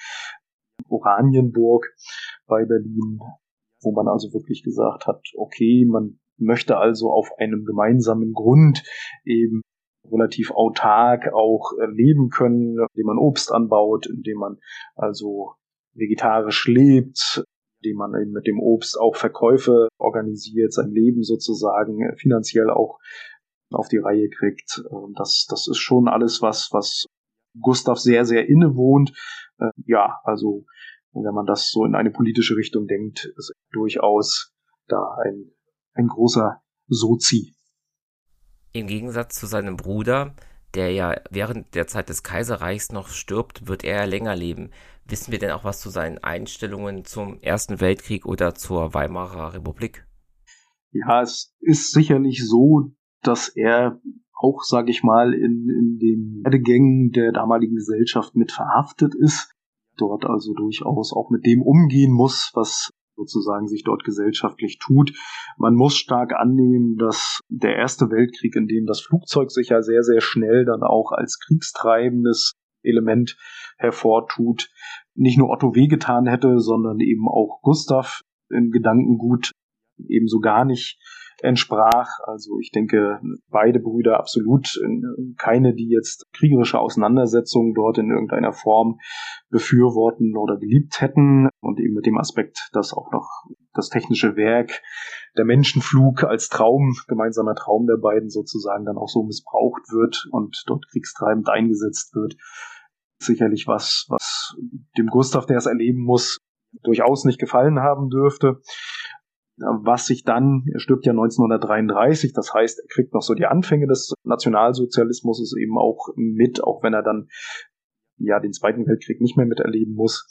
[SPEAKER 1] Oranienburg bei Berlin, wo man also wirklich gesagt hat, okay, man möchte also auf einem gemeinsamen Grund eben relativ autark auch leben können, indem man Obst anbaut, indem man also vegetarisch lebt, indem man eben mit dem Obst auch Verkäufe organisiert, sein Leben sozusagen finanziell auch auf die Reihe kriegt. Das, das ist schon alles was, was Gustav sehr, sehr innewohnt. Ja, also wenn man das so in eine politische Richtung denkt, ist durchaus da ein, ein großer Sozi.
[SPEAKER 2] Im Gegensatz zu seinem Bruder, der ja während der Zeit des Kaiserreichs noch stirbt, wird er länger leben. Wissen wir denn auch was zu seinen Einstellungen zum Ersten Weltkrieg oder zur Weimarer Republik?
[SPEAKER 1] Ja, es ist sicherlich so, dass er auch, sage ich mal, in, in den Werdegängen der damaligen Gesellschaft mit verhaftet ist, dort also durchaus auch mit dem umgehen muss, was sozusagen sich dort gesellschaftlich tut. Man muss stark annehmen, dass der Erste Weltkrieg, in dem das Flugzeug sich ja sehr, sehr schnell dann auch als kriegstreibendes Element hervortut, nicht nur Otto wehgetan hätte, sondern eben auch Gustav in Gedankengut ebenso gar nicht entsprach. Also ich denke, beide Brüder absolut keine, die jetzt kriegerische Auseinandersetzungen dort in irgendeiner Form befürworten oder geliebt hätten. Und eben mit dem Aspekt, dass auch noch das technische Werk, der Menschenflug als Traum, gemeinsamer Traum der beiden sozusagen dann auch so missbraucht wird und dort kriegstreibend eingesetzt wird. Sicherlich was, was dem Gustav, der es erleben muss, durchaus nicht gefallen haben dürfte. Was sich dann, er stirbt ja neunzehnhundertdreiunddreißig, das heißt, er kriegt noch so die Anfänge des Nationalsozialismus eben auch mit, auch wenn er dann ja den Zweiten Weltkrieg nicht mehr miterleben muss.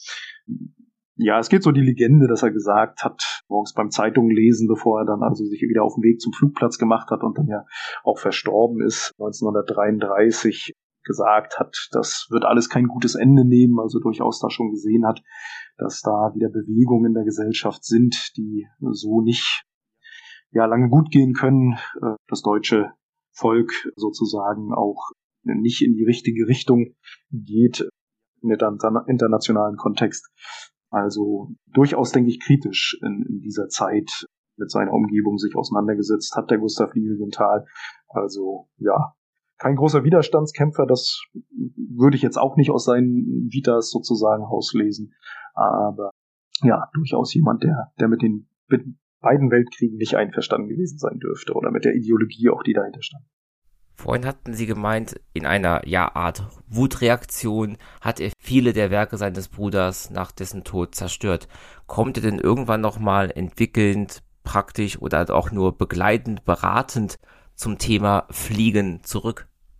[SPEAKER 1] Ja, es geht so die Legende, dass er gesagt hat, morgens beim Zeitung lesen, bevor er dann also sich wieder auf den Weg zum Flugplatz gemacht hat und dann ja auch verstorben ist, neunzehnhundertdreiunddreißig gesagt hat, das wird alles kein gutes Ende nehmen, also durchaus da schon gesehen hat, dass da wieder Bewegungen in der Gesellschaft sind, die so nicht ja lange gut gehen können, das deutsche Volk sozusagen auch nicht in die richtige Richtung geht in dem internationalen Kontext. Also durchaus, denke ich, kritisch in, in dieser Zeit mit seiner Umgebung sich auseinandergesetzt hat, der Gustav Lilienthal. Also ja, kein großer Widerstandskämpfer, das würde ich jetzt auch nicht aus seinen Vitas sozusagen rauslesen. Aber ja, durchaus jemand, der, der mit den mit beiden Weltkriegen nicht einverstanden gewesen sein dürfte oder mit der Ideologie auch, die dahinter stand.
[SPEAKER 2] Vorhin hatten Sie gemeint, in einer ja Art Wutreaktion hat er viele der Werke seines Bruders nach dessen Tod zerstört. Kommt er denn irgendwann nochmal entwickelnd, praktisch oder auch nur begleitend, beratend zum Thema Fliegen zurück?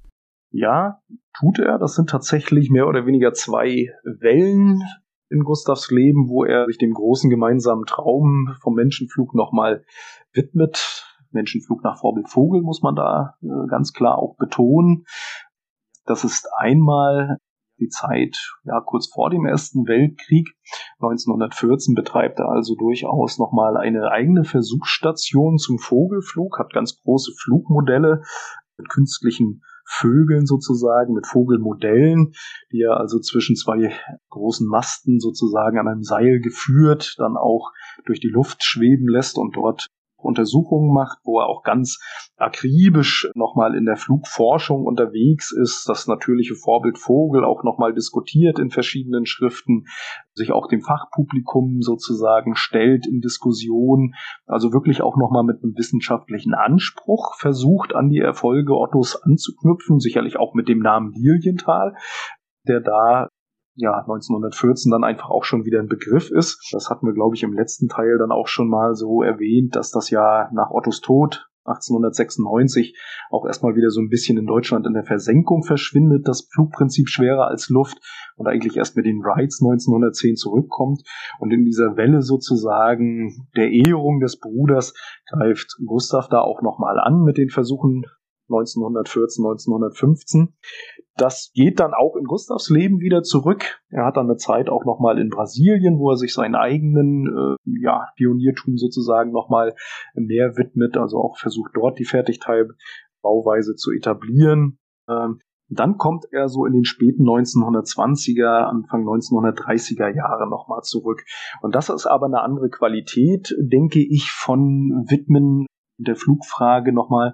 [SPEAKER 1] Ja, tut er. Das sind tatsächlich mehr oder weniger zwei Wellen in Gustavs Leben, wo er sich dem großen gemeinsamen Traum vom Menschenflug nochmal widmet. Menschenflug nach Vorbild Vogel muss man da äh, ganz klar auch betonen. Das ist einmal die Zeit, ja, kurz vor dem Ersten Weltkrieg. neunzehnhundertvierzehn betreibt er also durchaus nochmal eine eigene Versuchsstation zum Vogelflug, hat ganz große Flugmodelle mit künstlichen Vögeln sozusagen, mit Vogelmodellen, die er also zwischen zwei großen Masten sozusagen an einem Seil geführt, dann auch durch die Luft schweben lässt und dort Untersuchungen macht, wo er auch ganz akribisch nochmal in der Flugforschung unterwegs ist, das natürliche Vorbild Vogel auch nochmal diskutiert in verschiedenen Schriften, sich auch dem Fachpublikum sozusagen stellt in Diskussion, also wirklich auch nochmal mit einem wissenschaftlichen Anspruch versucht, an die Erfolge Ottos anzuknüpfen, sicherlich auch mit dem Namen Lilienthal, der da ja neunzehnhundertvierzehn dann einfach auch schon wieder ein Begriff ist. Das hatten wir, glaube ich, im letzten Teil dann auch schon mal so erwähnt, dass das ja nach Ottos Tod achtzehnhundertsechsundneunzig auch erstmal wieder so ein bisschen in Deutschland in der Versenkung verschwindet, das Flugprinzip schwerer als Luft und eigentlich erst mit den Wrights neunzehnhundertzehn zurückkommt. Und in dieser Welle sozusagen der Ehrung des Bruders greift Gustav da auch nochmal an mit den Versuchen neunzehnhundertvierzehn, neunzehnhundertfünfzehn. Das geht dann auch in Gustavs Leben wieder zurück. Er hat dann eine Zeit auch nochmal in Brasilien, wo er sich seinen eigenen äh, ja, Pioniertum sozusagen nochmal mehr widmet, also auch versucht dort die Fertigteilbauweise zu etablieren. Ähm, dann kommt er so in den späten neunzehnhundertzwanziger, Anfang neunzehnhundertdreißiger Jahre nochmal zurück. Und das ist aber eine andere Qualität, denke ich, von Widmen der Flugfrage nochmal,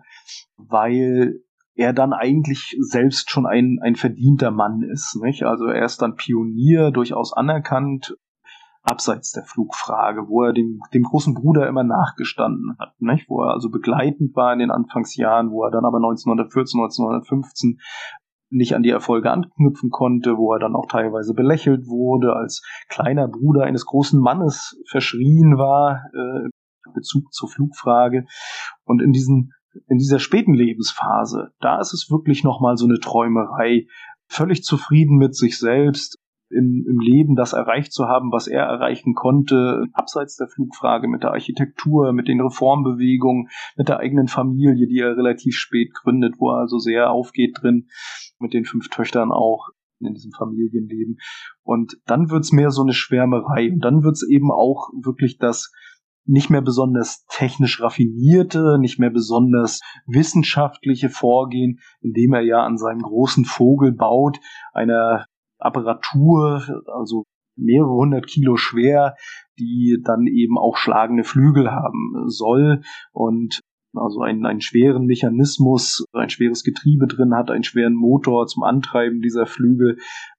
[SPEAKER 1] weil er dann eigentlich selbst schon ein, ein verdienter Mann ist, nicht? Also er ist dann Pionier, durchaus anerkannt, abseits der Flugfrage, wo er dem, dem großen Bruder immer nachgestanden hat, nicht? Wo er also begleitend war in den Anfangsjahren, wo er dann aber neunzehnhundertvierzehn, neunzehnhundertfünfzehn nicht an die Erfolge anknüpfen konnte, wo er dann auch teilweise belächelt wurde, als kleiner Bruder eines großen Mannes verschrien war, äh, in Bezug zur Flugfrage. Und in diesen in dieser späten Lebensphase, da ist es wirklich nochmal so eine Träumerei, völlig zufrieden mit sich selbst, in, im Leben das erreicht zu haben, was er erreichen konnte, abseits der Flugfrage, mit der Architektur, mit den Reformbewegungen, mit der eigenen Familie, die er relativ spät gründet, wo er also sehr aufgeht drin, mit den fünf Töchtern auch in diesem Familienleben. Und dann wird's mehr so eine Schwärmerei und dann wird's eben auch wirklich das nicht mehr besonders technisch raffinierte, nicht mehr besonders wissenschaftliche Vorgehen, indem er ja an seinem großen Vogel baut, einer Apparatur, also mehrere hundert Kilo schwer, die dann eben auch schlagende Flügel haben soll und also einen, einen schweren Mechanismus, ein schweres Getriebe drin hat, einen schweren Motor zum Antreiben dieser Flügel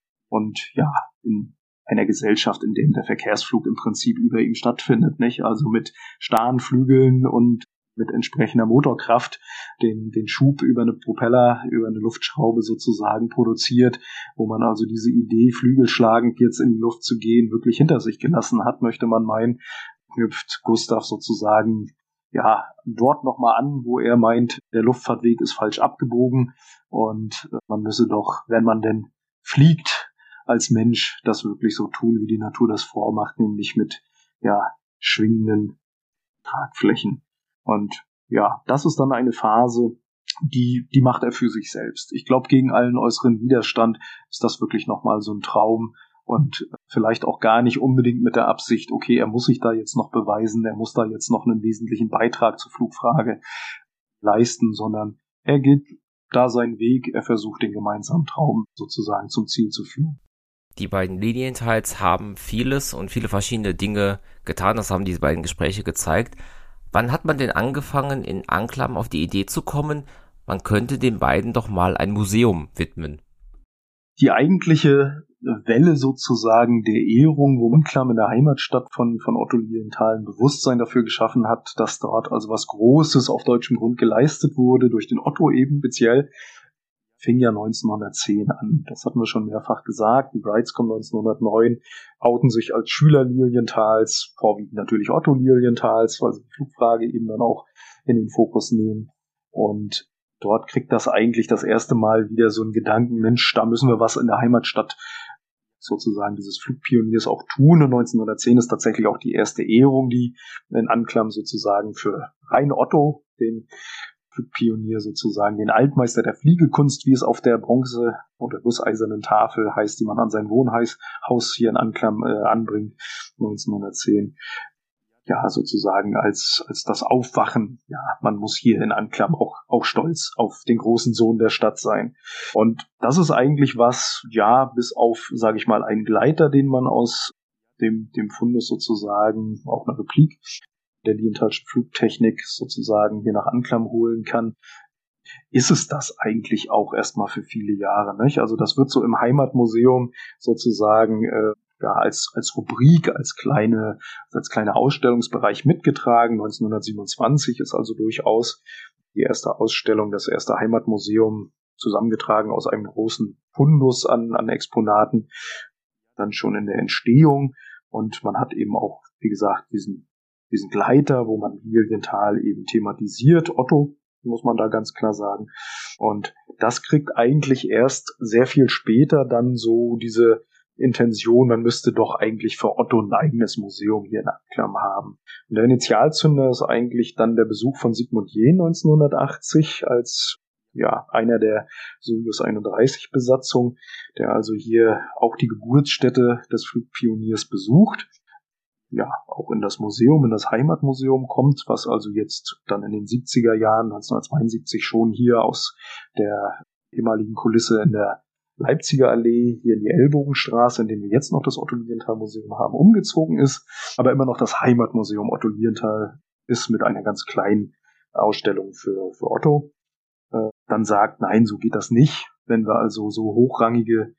[SPEAKER 1] und ja, in einer Gesellschaft, in der der Verkehrsflug im Prinzip über ihm stattfindet, nicht? Also mit starren Flügeln und mit entsprechender Motorkraft den, den Schub über eine Propeller, über eine Luftschraube sozusagen produziert, wo man also diese Idee, flügelschlagend jetzt in die Luft zu gehen, wirklich hinter sich gelassen hat, möchte man meinen, knüpft Gustav sozusagen ja dort nochmal an, wo er meint, der Luftfahrtweg ist falsch abgebogen und man müsse doch, wenn man denn fliegt, als Mensch das wirklich so tun, wie die Natur das vormacht, nämlich mit ja schwingenden Tragflächen. Und ja, das ist dann eine Phase, die die macht er für sich selbst. Ich glaube, gegen allen äußeren Widerstand ist das wirklich nochmal so ein Traum und vielleicht auch gar nicht unbedingt mit der Absicht, okay, er muss sich da jetzt noch beweisen, er muss da jetzt noch einen wesentlichen Beitrag zur Flugfrage leisten, sondern er geht da seinen Weg, er versucht den gemeinsamen Traum sozusagen zum Ziel zu führen.
[SPEAKER 2] Die beiden Lilienthals haben vieles und viele verschiedene Dinge getan, das haben diese beiden Gespräche gezeigt. Wann hat man denn angefangen, in Anklam auf die Idee zu kommen, man könnte den beiden doch mal ein Museum widmen?
[SPEAKER 1] Die eigentliche Welle sozusagen der Ehrung, wo Anklam in der Heimatstadt von, von Otto Lilienthal ein Bewusstsein dafür geschaffen hat, dass dort also was Großes auf deutschem Grund geleistet wurde, durch den Otto eben speziell, fing ja neunzehnhundertzehn an. Das hatten wir schon mehrfach gesagt. Die Wrights kommen neunzehnhundertneun, outen sich als Schüler Lilienthals, vorwiegend natürlich Otto Lilienthals, weil sie die Flugfrage eben dann auch in den Fokus nehmen. Und dort kriegt das eigentlich das erste Mal wieder so einen Gedanken, Mensch, da müssen wir was in der Heimatstadt sozusagen dieses Flugpioniers auch tun. Und neunzehnhundertzehn ist tatsächlich auch die erste Ehrung, die in Anklam sozusagen für Rein Otto, den Flugpionier sozusagen, den Altmeister der Fliegekunst, wie es auf der Bronze- oder gusseisernen Tafel heißt, die man an sein Wohnhaus hier in Anklam äh, anbringt, neunzehnhundertzehn. Ja, sozusagen als als das Aufwachen. Ja, man muss hier in Anklam auch auch stolz auf den großen Sohn der Stadt sein. Und das ist eigentlich was, ja, bis auf, sage ich mal, einen Gleiter, den man aus dem dem Fundus sozusagen, auch eine Replik der Lilienthalschen Flugtechnik sozusagen hier nach Anklam holen kann, ist es das eigentlich auch erstmal für viele Jahre, nicht? Also das wird so im Heimatmuseum sozusagen äh, ja, als, als Rubrik, als kleine, als kleiner Ausstellungsbereich mitgetragen. neunzehnhundertsiebenundzwanzig ist also durchaus die erste Ausstellung, das erste Heimatmuseum, zusammengetragen aus einem großen Fundus an, an Exponaten, dann schon in der Entstehung. Und man hat eben auch, wie gesagt, diesen, diesen Gleiter, wo man Lilienthal eben thematisiert. Otto, muss man da ganz klar sagen. Und das kriegt eigentlich erst sehr viel später dann so diese Intention, man müsste doch eigentlich für Otto ein eigenes Museum hier in Anklam haben. Und der Initialzünder ist eigentlich dann der Besuch von Sigmund Jähn neunzehnhundertachtzig als ja einer der Soyuz einunddreißig Besatzung, der also hier auch die Geburtsstätte des Flugpioniers besucht. Ja, auch in das Museum, in das Heimatmuseum kommt, was also jetzt dann in den siebziger Jahren, neunzehnhundertzweiundsiebzig schon hier aus der ehemaligen Kulisse in der Leipziger Allee, hier in die Ellbogenstraße, in dem wir jetzt noch das Otto-Lilienthal-Museum haben, umgezogen ist, aber immer noch das Heimatmuseum Otto-Lilienthal ist mit einer ganz kleinen Ausstellung für, für Otto. Äh, dann sagt, nein, so geht das nicht. Wenn wir also so hochrangige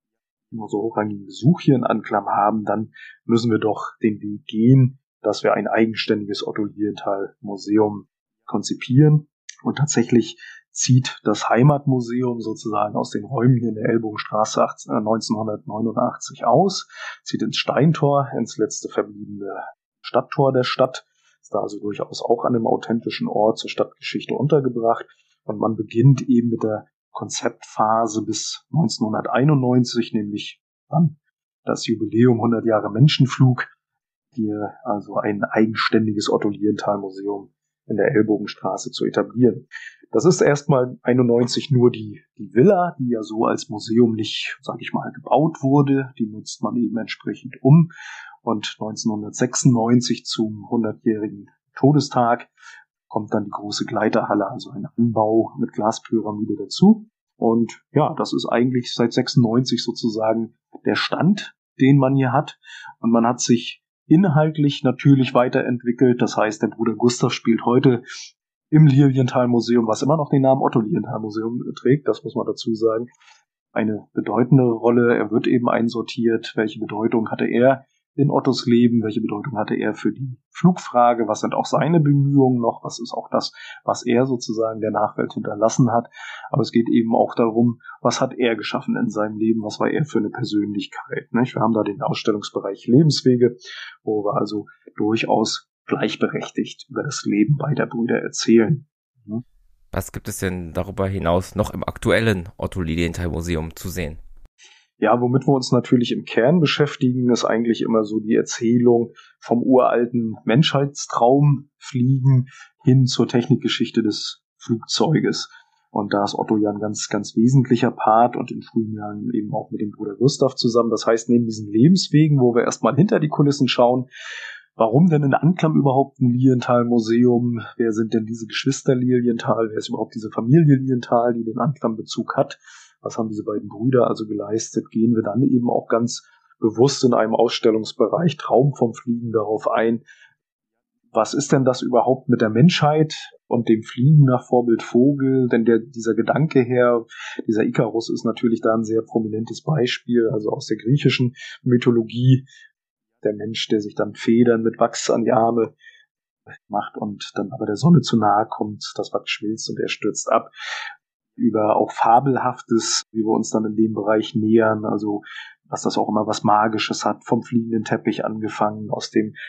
[SPEAKER 1] so hochrangigen Besuch hier in Anklam haben, dann müssen wir doch den Weg gehen, dass wir ein eigenständiges Otto-Lilienthal-Museum konzipieren. Und tatsächlich zieht das Heimatmuseum sozusagen aus den Räumen hier in der Ellbogenstraße neunzehnhundertneunundachtzig aus, zieht ins Steintor, ins letzte verbliebene Stadttor der Stadt, ist da also durchaus auch an einem authentischen Ort zur Stadtgeschichte untergebracht. Und man beginnt eben mit der Konzeptphase bis neunzehnhunderteinundneunzig, nämlich dann das Jubiläum hundert Jahre Menschenflug, hier also ein eigenständiges Otto-Lilienthal-Museum in der Ellbogenstraße zu etablieren. Das ist erstmal einundneunzig nur die, die Villa, die ja so als Museum nicht, sag ich mal, gebaut wurde. Die nutzt man eben entsprechend um. Und neunzehnhundertsechsundneunzig zum hundertjährigen Todestag kommt dann die große Gleiterhalle, also ein Anbau mit Glaspyramide dazu. Und ja, das ist eigentlich seit sechsundneunzig sozusagen der Stand, den man hier hat. Und man hat sich inhaltlich natürlich weiterentwickelt. Das heißt, der Bruder Gustav spielt heute im Lilienthal-Museum, was immer noch den Namen Otto-Lilienthal-Museum trägt, das muss man dazu sagen, eine bedeutende Rolle. Er wird eben einsortiert. Welche Bedeutung hatte er in Ottos Leben? Welche Bedeutung hatte er für die Flugfrage? Was sind auch seine Bemühungen noch? Was ist auch das, was er sozusagen der Nachwelt hinterlassen hat? Aber es geht eben auch darum, was hat er geschaffen in seinem Leben? Was war er für eine Persönlichkeit? Nicht? Wir haben da den Ausstellungsbereich Lebenswege, wo wir also durchaus gleichberechtigt über das Leben beider Brüder erzählen.
[SPEAKER 2] Was gibt es denn darüber hinaus noch im aktuellen Otto-Lilienthal-Museum zu sehen?
[SPEAKER 1] Ja, womit wir uns natürlich im Kern beschäftigen, ist eigentlich immer so die Erzählung vom uralten Menschheitstraum Fliegen hin zur Technikgeschichte des Flugzeuges. Und da ist Otto ja ein ganz, ganz wesentlicher Part und in frühen Jahren eben auch mit dem Bruder Gustav zusammen. Das heißt, neben diesen Lebenswegen, wo wir erstmal hinter die Kulissen schauen, warum denn in Anklam überhaupt ein Lilienthal-Museum? Wer sind denn diese Geschwister Lilienthal? Wer ist überhaupt diese Familie Lilienthal, die den Anklam-Bezug hat? Was haben diese beiden Brüder also geleistet? Gehen wir dann eben auch ganz bewusst in einem Ausstellungsbereich Traum vom Fliegen darauf ein. Was ist denn das überhaupt mit der Menschheit und dem Fliegen nach Vorbild Vogel? Denn der, dieser Gedanke her, dieser Ikarus ist natürlich da ein sehr prominentes Beispiel, also aus der griechischen Mythologie. Der Mensch, der sich dann Federn mit Wachs an die Arme macht und dann aber der Sonne zu nahe kommt, das Wachs schmilzt und er stürzt ab. Über auch Fabelhaftes, wie wir uns dann in dem Bereich nähern, also was das auch immer was Magisches hat, vom fliegenden Teppich angefangen, aus dem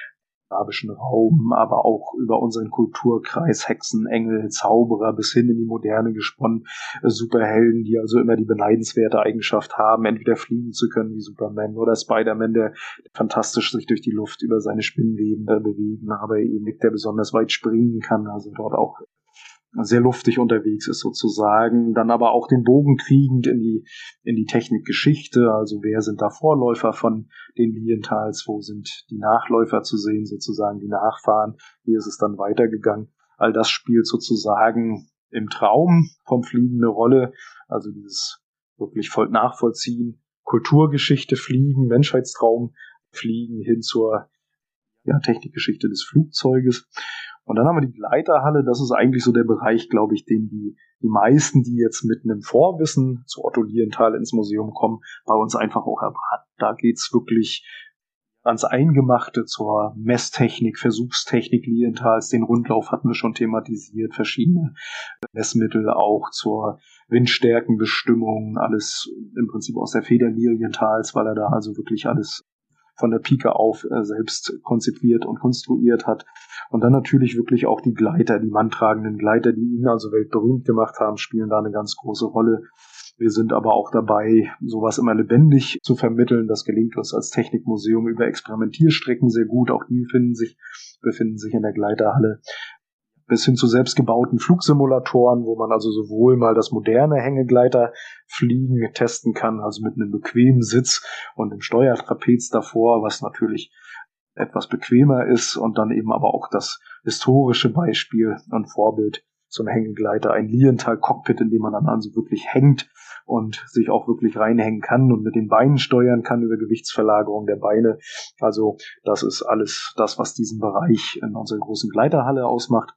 [SPEAKER 1] arabischen Raum, aber auch über unseren Kulturkreis, Hexen, Engel, Zauberer bis hin in die Moderne gesponnen, äh, Superhelden, die also immer die beneidenswerte Eigenschaft haben, entweder fliegen zu können wie Superman oder Spider-Man, der fantastisch sich durch die Luft über seine Spinnweben äh, bewegen, aber eben der besonders weit springen kann, also dort auch sehr luftig unterwegs ist sozusagen, dann aber auch den Bogen kriegend in die in die Technikgeschichte, also wer sind da Vorläufer von den Lilienthals, wo sind die Nachläufer zu sehen, sozusagen die Nachfahren, wie ist es dann weitergegangen, all das spielt sozusagen im Traum vom Fliegen eine Rolle, also dieses wirklich voll nachvollziehen, Kulturgeschichte Fliegen, Menschheitstraum Fliegen hin zur ja, Technikgeschichte des Flugzeuges. Und dann haben wir die Gleiterhalle, das ist eigentlich so der Bereich, glaube ich, den die, die meisten, die jetzt mit einem Vorwissen zu Otto Lilienthal ins Museum kommen, bei uns einfach auch erwarten. Da geht's wirklich ans Eingemachte zur Messtechnik, Versuchstechnik Lilienthals. Den Rundlauf hatten wir schon thematisiert, verschiedene Messmittel auch zur Windstärkenbestimmung, alles im Prinzip aus der Feder Lilienthals, weil er da also wirklich alles von der Pike auf äh, selbst konzipiert und konstruiert hat. Und dann natürlich wirklich auch die Gleiter, die manntragenden Gleiter, die ihn also weltberühmt gemacht haben, spielen da eine ganz große Rolle. Wir sind aber auch dabei, sowas immer lebendig zu vermitteln. Das gelingt uns als Technikmuseum über Experimentierstrecken sehr gut. Auch die befinden sich, befinden sich in der Gleiterhalle. Bis hin zu selbstgebauten Flugsimulatoren, wo man also sowohl mal das moderne Hängegleiterfliegen testen kann, also mit einem bequemen Sitz und einem Steuertrapez davor, was natürlich etwas bequemer ist, und dann eben aber auch das historische Beispiel und Vorbild zum Hängegleiter, ein Lilienthal-Cockpit, in dem man dann also wirklich hängt und sich auch wirklich reinhängen kann und mit den Beinen steuern kann über Gewichtsverlagerung der Beine. Also das ist alles das, was diesen Bereich in unserer großen Gleiterhalle ausmacht.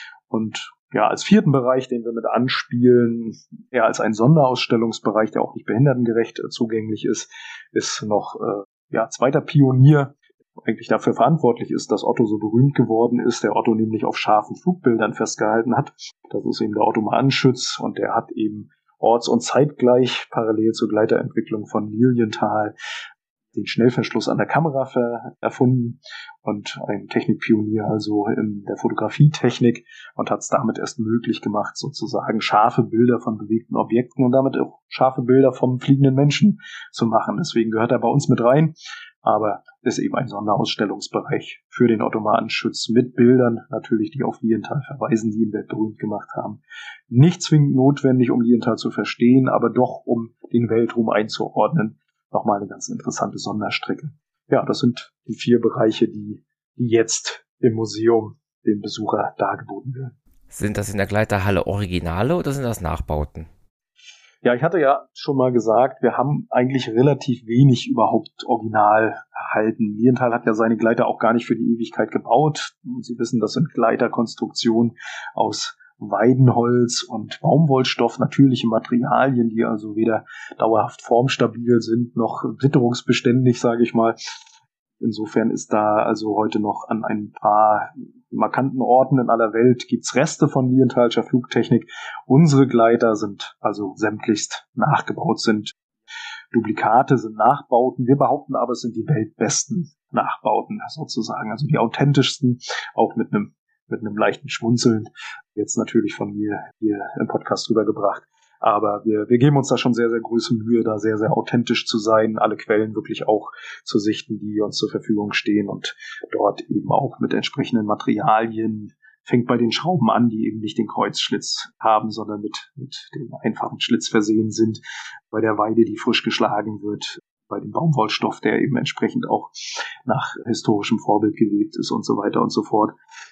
[SPEAKER 1] Und ja, als vierten Bereich, den wir mit anspielen, eher als ein Sonderausstellungsbereich, der auch nicht behindertengerecht äh, zugänglich ist, ist noch äh, ja zweiter Pionier, eigentlich dafür verantwortlich ist, dass Otto so berühmt geworden ist, der Otto nämlich auf scharfen Flugbildern festgehalten hat. Das ist eben der Otto Mahnschütz, und der hat eben orts- und zeitgleich parallel zur Gleiterentwicklung von Lilienthal den Schnellverschluss an der Kamera ver- erfunden und ein Technikpionier also in der Fotografietechnik, und hat es damit erst möglich gemacht, sozusagen scharfe Bilder von bewegten Objekten und damit auch scharfe Bilder vom fliegenden Menschen zu machen. Deswegen gehört er bei uns mit rein, aber ist eben ein Sonderausstellungsbereich für den Otto Mahnschütz mit Bildern, natürlich, die auf Lilienthal verweisen, die ihn weltberühmt gemacht haben. Nicht zwingend notwendig, um Lilienthal zu verstehen, aber doch, um den Weltruhm einzuordnen. Nochmal eine ganz interessante Sonderstrecke. Ja, das sind die vier Bereiche, die, die jetzt im Museum dem Besucher dargeboten werden.
[SPEAKER 2] Sind das in der Gleiterhalle Originale oder sind das Nachbauten?
[SPEAKER 1] Ja, ich hatte ja schon mal gesagt, wir haben eigentlich relativ wenig überhaupt original erhalten. Lilienthal hat ja seine Gleiter auch gar nicht für die Ewigkeit gebaut. Sie wissen, das sind Gleiterkonstruktionen aus Weidenholz und Baumwollstoff, natürliche Materialien, die also weder dauerhaft formstabil sind, noch witterungsbeständig, sage ich mal. Insofern ist da also heute noch an ein paar markanten Orten in aller Welt gibt's Reste von Lilienthalscher Flugtechnik. Unsere Gleiter sind also sämtlichst nachgebaut, sind Duplikate, sind Nachbauten. Wir behaupten aber, es sind die weltbesten Nachbauten sozusagen, also die authentischsten, auch mit einem mit einem leichten Schmunzeln, jetzt natürlich von mir hier im Podcast rübergebracht. Aber wir, wir geben uns da schon sehr, sehr große Mühe, da sehr, sehr authentisch zu sein, alle Quellen wirklich auch zu sichten, die uns zur Verfügung stehen, und dort eben auch mit entsprechenden Materialien, fängt bei den Schrauben an, die eben nicht den Kreuzschlitz haben, sondern mit, mit dem einfachen Schlitz versehen sind, bei der Weide, die frisch geschlagen wird, bei dem Baumwollstoff, der eben entsprechend auch nach historischem Vorbild gewebt ist und so weiter und so fort.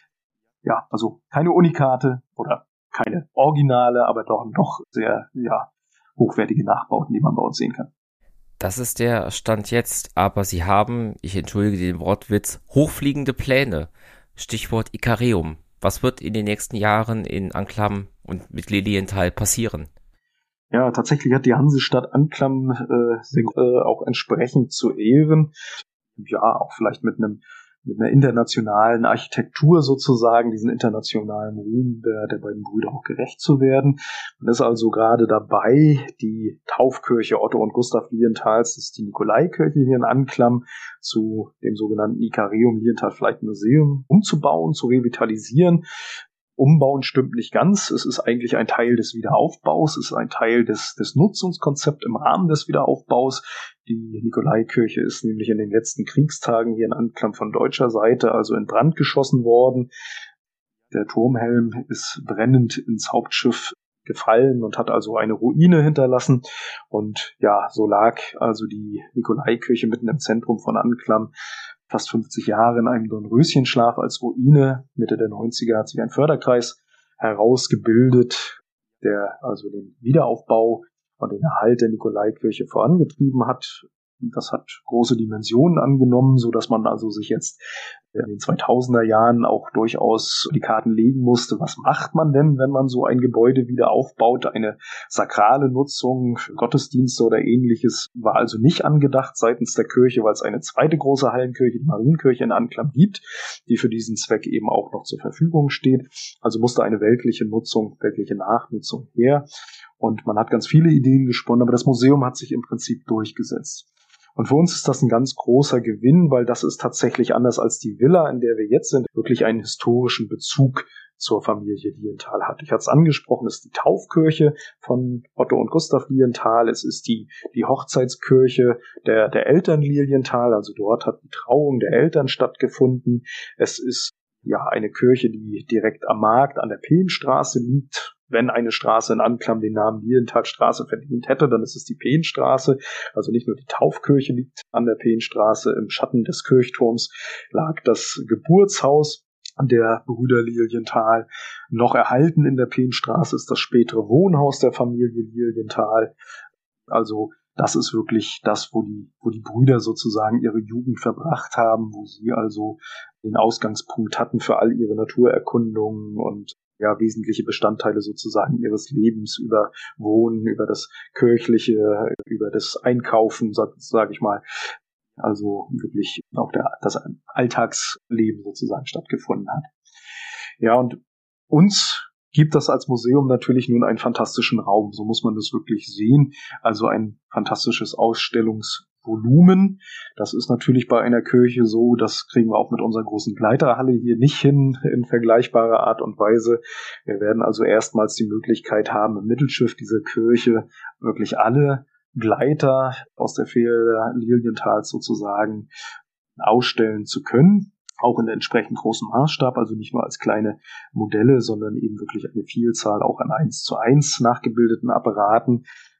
[SPEAKER 1] Ja, also keine Unikate oder keine Originale, aber doch, doch sehr ja, hochwertige Nachbauten, die man bei uns sehen kann.
[SPEAKER 2] Das ist der Stand jetzt, aber Sie haben, ich entschuldige den Wortwitz, hochfliegende Pläne. Stichwort Ikareum. Was wird in den nächsten Jahren in Anklam und mit Lilienthal passieren?
[SPEAKER 1] Ja, tatsächlich hat die Hansestadt Anklam äh, äh, auch entsprechend zu Ehren, ja, auch vielleicht mit einem mit einer internationalen Architektur sozusagen, diesen internationalen Ruhm der, der beiden Brüder auch gerecht zu werden. Man ist also gerade dabei, die Taufkirche Otto und Gustav Lilienthals, das ist die Nikolaikirche hier in Anklam, zu dem sogenannten Ikareum Lilienthal Flight Museum umzubauen, zu revitalisieren. Umbauen stimmt nicht ganz. Es ist eigentlich ein Teil des Wiederaufbaus. Es ist ein Teil des, des Nutzungskonzepts im Rahmen des Wiederaufbaus. Die Nikolaikirche ist nämlich in den letzten Kriegstagen hier in Anklam von deutscher Seite also in Brand geschossen worden. Der Turmhelm ist brennend ins Hauptschiff gefallen und hat also eine Ruine hinterlassen. Und ja, so lag also die Nikolaikirche mitten im Zentrum von Anklam fast fünfzig Jahre in einem Dornröschenschlaf als Ruine. Mitte der neunziger hat sich ein Förderkreis herausgebildet, der also den Wiederaufbau und den Erhalt der Nikolaikirche vorangetrieben hat. Und das hat große Dimensionen angenommen, so dass man also sich jetzt in den zweitausender Jahren auch durchaus die Karten legen musste. Was macht man denn, wenn man so ein Gebäude wieder aufbaut? Eine sakrale Nutzung für Gottesdienste oder Ähnliches war also nicht angedacht seitens der Kirche, weil es eine zweite große Hallenkirche, die Marienkirche in Anklam gibt, die für diesen Zweck eben auch noch zur Verfügung steht. Also musste eine weltliche Nutzung, weltliche Nachnutzung her. Und man hat ganz viele Ideen gesponnen, aber das Museum hat sich im Prinzip durchgesetzt. Und für uns ist das ein ganz großer Gewinn, weil das ist tatsächlich anders als die Villa, in der wir jetzt sind, wirklich einen historischen Bezug zur Familie Lilienthal hat. Ich hatte es angesprochen, es ist die Taufkirche von Otto und Gustav Lilienthal, es ist die, die Hochzeitskirche der, der Eltern Lilienthal, also dort hat die Trauung der Eltern stattgefunden. Es ist ja eine Kirche, die direkt am Markt an der Peenstraße liegt. Wenn eine Straße in Anklam den Namen Lilienthalstraße verdient hätte, dann ist es die Peenstraße. Also nicht nur die Taufkirche liegt an der Peenstraße, im Schatten des Kirchturms lag das Geburtshaus der Brüder Lilienthal. Noch erhalten in der Peenstraße ist das spätere Wohnhaus der Familie Lilienthal. Also das ist wirklich das, wo die, wo die Brüder sozusagen ihre Jugend verbracht haben, wo sie also den Ausgangspunkt hatten für all ihre Naturerkundungen und ja, wesentliche Bestandteile sozusagen ihres Lebens über Wohnen, über das Kirchliche, über das Einkaufen, sag, sag ich mal. Also wirklich auch der, das Alltagsleben sozusagen stattgefunden hat. Ja, und uns gibt das als Museum natürlich nun einen fantastischen Raum. So muss man das wirklich sehen. Also ein fantastisches Ausstellungsvolumen. Das ist natürlich bei einer Kirche so, das kriegen wir auch mit unserer großen Gleiterhalle hier nicht hin in vergleichbarer Art und Weise. Wir werden also erstmals die Möglichkeit haben, im Mittelschiff dieser Kirche wirklich alle Gleiter aus der Fähre Lilienthals sozusagen ausstellen zu können. Auch in entsprechend großem Maßstab, also nicht nur als kleine Modelle, sondern eben wirklich eine Vielzahl auch an eins zu eins nachgebildeten Apparaten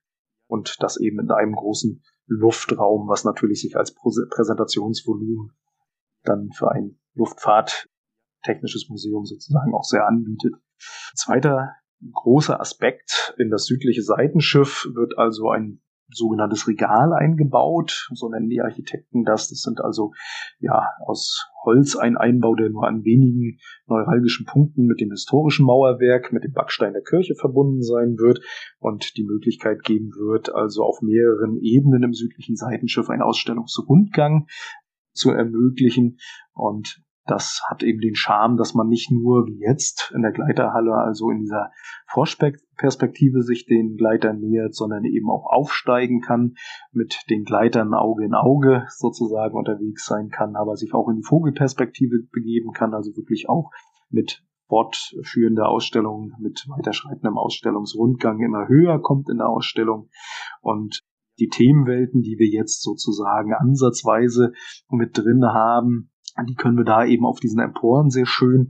[SPEAKER 1] und das eben in einem großen Luftraum, was natürlich sich als Präsentationsvolumen dann für ein luftfahrttechnisches Museum sozusagen auch sehr anbietet. Zweiter großer Aspekt: in das südliche Seitenschiff wird also ein sogenanntes Regal eingebaut, so nennen die Architekten das. Das sind also ja aus Holz ein Einbau, der nur an wenigen neuralgischen Punkten mit dem historischen Mauerwerk, mit dem Backstein der Kirche verbunden sein wird und die Möglichkeit geben wird, also auf mehreren Ebenen im südlichen Seitenschiff einen Ausstellungsrundgang zu ermöglichen. Und das hat eben den Charme, dass man nicht nur wie jetzt in der Gleiterhalle, also in dieser Vorperspektive sich den Gleitern nähert, sondern eben auch aufsteigen kann, mit den Gleitern Auge in Auge sozusagen unterwegs sein kann, aber sich auch in die Vogelperspektive begeben kann, also wirklich auch mit fortführender Ausstellung, mit weiterschreitendem Ausstellungsrundgang immer höher kommt in der Ausstellung. Und die Themenwelten, die wir jetzt sozusagen ansatzweise mit drin haben, die können wir da eben auf diesen Emporen sehr schön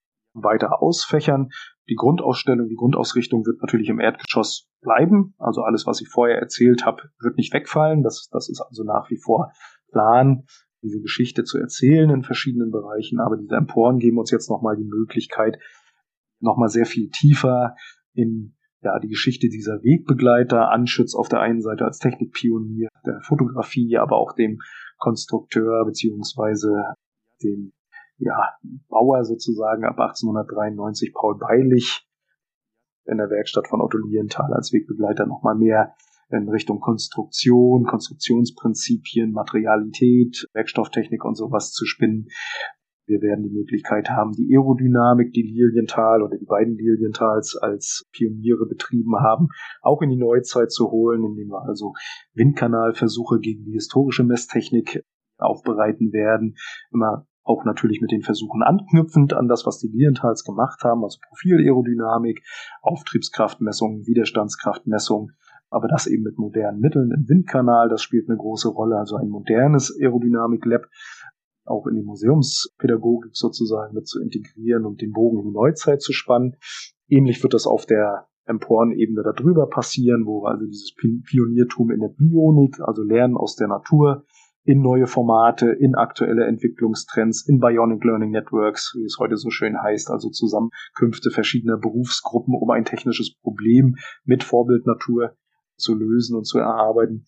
[SPEAKER 1] weiter ausfächern. Die Grundausstellung, die Grundausrichtung wird natürlich im Erdgeschoss bleiben. Also alles, was ich vorher erzählt habe, wird nicht wegfallen. Das, das ist also nach wie vor Plan, diese Geschichte zu erzählen in verschiedenen Bereichen. Aber diese Emporen geben uns jetzt nochmal die Möglichkeit, nochmal sehr viel tiefer in ja, die Geschichte dieser Wegbegleiter, Anschütz auf der einen Seite als Technikpionier der Fotografie, aber auch dem Konstrukteur beziehungsweise dem ja, Bauer sozusagen ab achtzehnhundertdreiundneunzig, Paul Beilich, in der Werkstatt von Otto Lilienthal als Wegbegleiter nochmal mehr in Richtung Konstruktion, Konstruktionsprinzipien, Materialität, Werkstofftechnik und sowas zu spinnen. Wir werden die Möglichkeit haben, die Aerodynamik, die Lilienthal oder die beiden Lilienthals als Pioniere betrieben haben, auch in die Neuzeit zu holen, indem wir also Windkanalversuche gegen die historische Messtechnik aufbereiten werden. Immer auch natürlich mit den Versuchen anknüpfend an das, was die Lilienthals gemacht haben, also Profilaerodynamik, Auftriebskraftmessung, Widerstandskraftmessung, aber das eben mit modernen Mitteln im Windkanal, das spielt eine große Rolle, also ein modernes Aerodynamik-Lab auch in die Museumspädagogik sozusagen mit zu integrieren und den Bogen in die Neuzeit zu spannen. Ähnlich wird das auf der Emporenebene darüber passieren, wo wir also dieses Pioniertum in der Bionik, also Lernen aus der Natur, in neue Formate, in aktuelle Entwicklungstrends, in Bionic Learning Networks, wie es heute so schön heißt, also Zusammenkünfte verschiedener Berufsgruppen, um ein technisches Problem mit Vorbildnatur zu lösen und zu erarbeiten.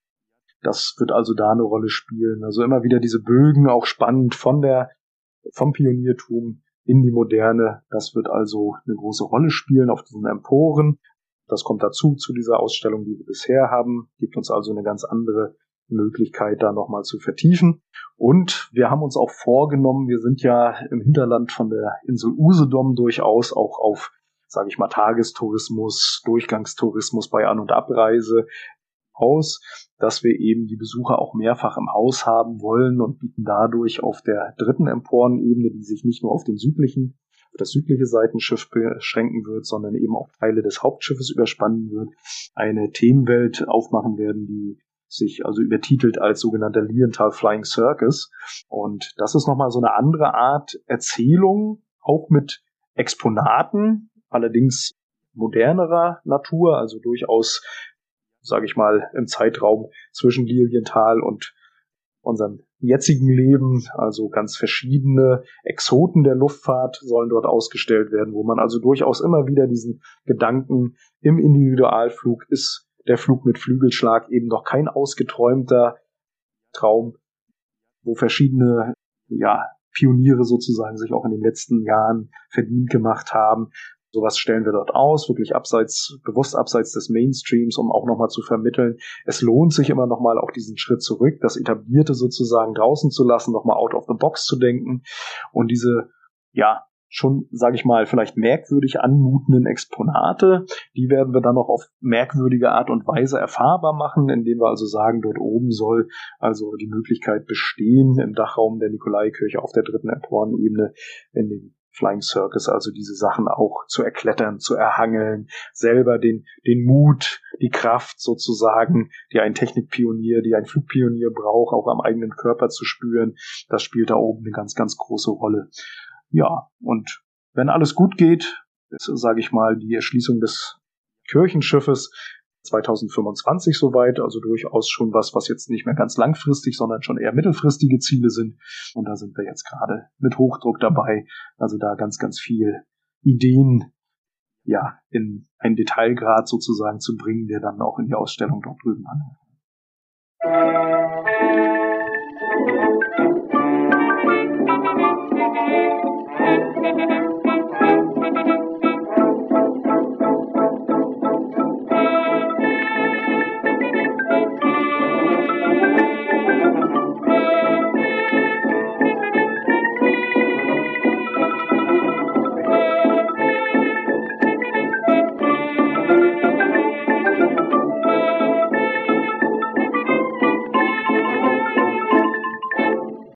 [SPEAKER 1] Das wird also da eine Rolle spielen. Also immer wieder diese Bögen, auch spannend von der, vom Pioniertum in die Moderne. Das wird also eine große Rolle spielen auf diesen Emporen. Das kommt dazu, zu dieser Ausstellung, die wir bisher haben. Gibt uns also eine ganz andere Möglichkeit, da nochmal zu vertiefen. Und wir haben uns auch vorgenommen, wir sind ja im Hinterland von der Insel Usedom durchaus auch auf, sage ich mal, Tagestourismus, Durchgangstourismus bei An- und Abreise aus, dass wir eben die Besucher auch mehrfach im Haus haben wollen und bieten dadurch auf der dritten Emporenebene, die sich nicht nur auf den südlichen, auf das südliche Seitenschiff beschränken wird, sondern eben auch Teile des Hauptschiffes überspannen wird, eine Themenwelt aufmachen werden, die sich also übertitelt als sogenannter Lilienthal Flying Circus. Und das ist nochmal so eine andere Art Erzählung, auch mit Exponaten, allerdings modernerer Natur, also durchaus, sage ich mal, im Zeitraum zwischen Lilienthal und unserem jetzigen Leben, also ganz verschiedene Exoten der Luftfahrt sollen dort ausgestellt werden, wo man also durchaus immer wieder diesen Gedanken im Individualflug ist der Flug mit Flügelschlag eben noch kein ausgeträumter Traum, wo verschiedene, ja, Pioniere sozusagen sich auch in den letzten Jahren verdient gemacht haben. Sowas stellen wir dort aus, wirklich abseits, bewusst abseits des Mainstreams, um auch nochmal zu vermitteln. Es lohnt sich immer nochmal auch diesen Schritt zurück, das Etablierte sozusagen draußen zu lassen, nochmal out of the box zu denken und diese, ja, schon, sage ich mal, vielleicht merkwürdig anmutenden Exponate, die werden wir dann noch auf merkwürdige Art und Weise erfahrbar machen, indem wir also sagen, dort oben soll also die Möglichkeit bestehen, im Dachraum der Nikolaikirche auf der dritten Emporenebene in den Flying Circus, also diese Sachen auch zu erklettern, zu erhangeln, selber den, den Mut, die Kraft sozusagen, die ein Technikpionier, die ein Flugpionier braucht, auch am eigenen Körper zu spüren. Das spielt da oben eine ganz, ganz große Rolle. Ja, und wenn alles gut geht, ist, sage ich mal, die Erschließung des Kirchenschiffes zwanzig fünfundzwanzig soweit, also durchaus schon was, was jetzt nicht mehr ganz langfristig, sondern schon eher mittelfristige Ziele sind. Und da sind wir jetzt gerade mit Hochdruck dabei, also da ganz, ganz viel Ideen, ja, in einen Detailgrad sozusagen zu bringen, der dann auch in die Ausstellung dort drüben wandert.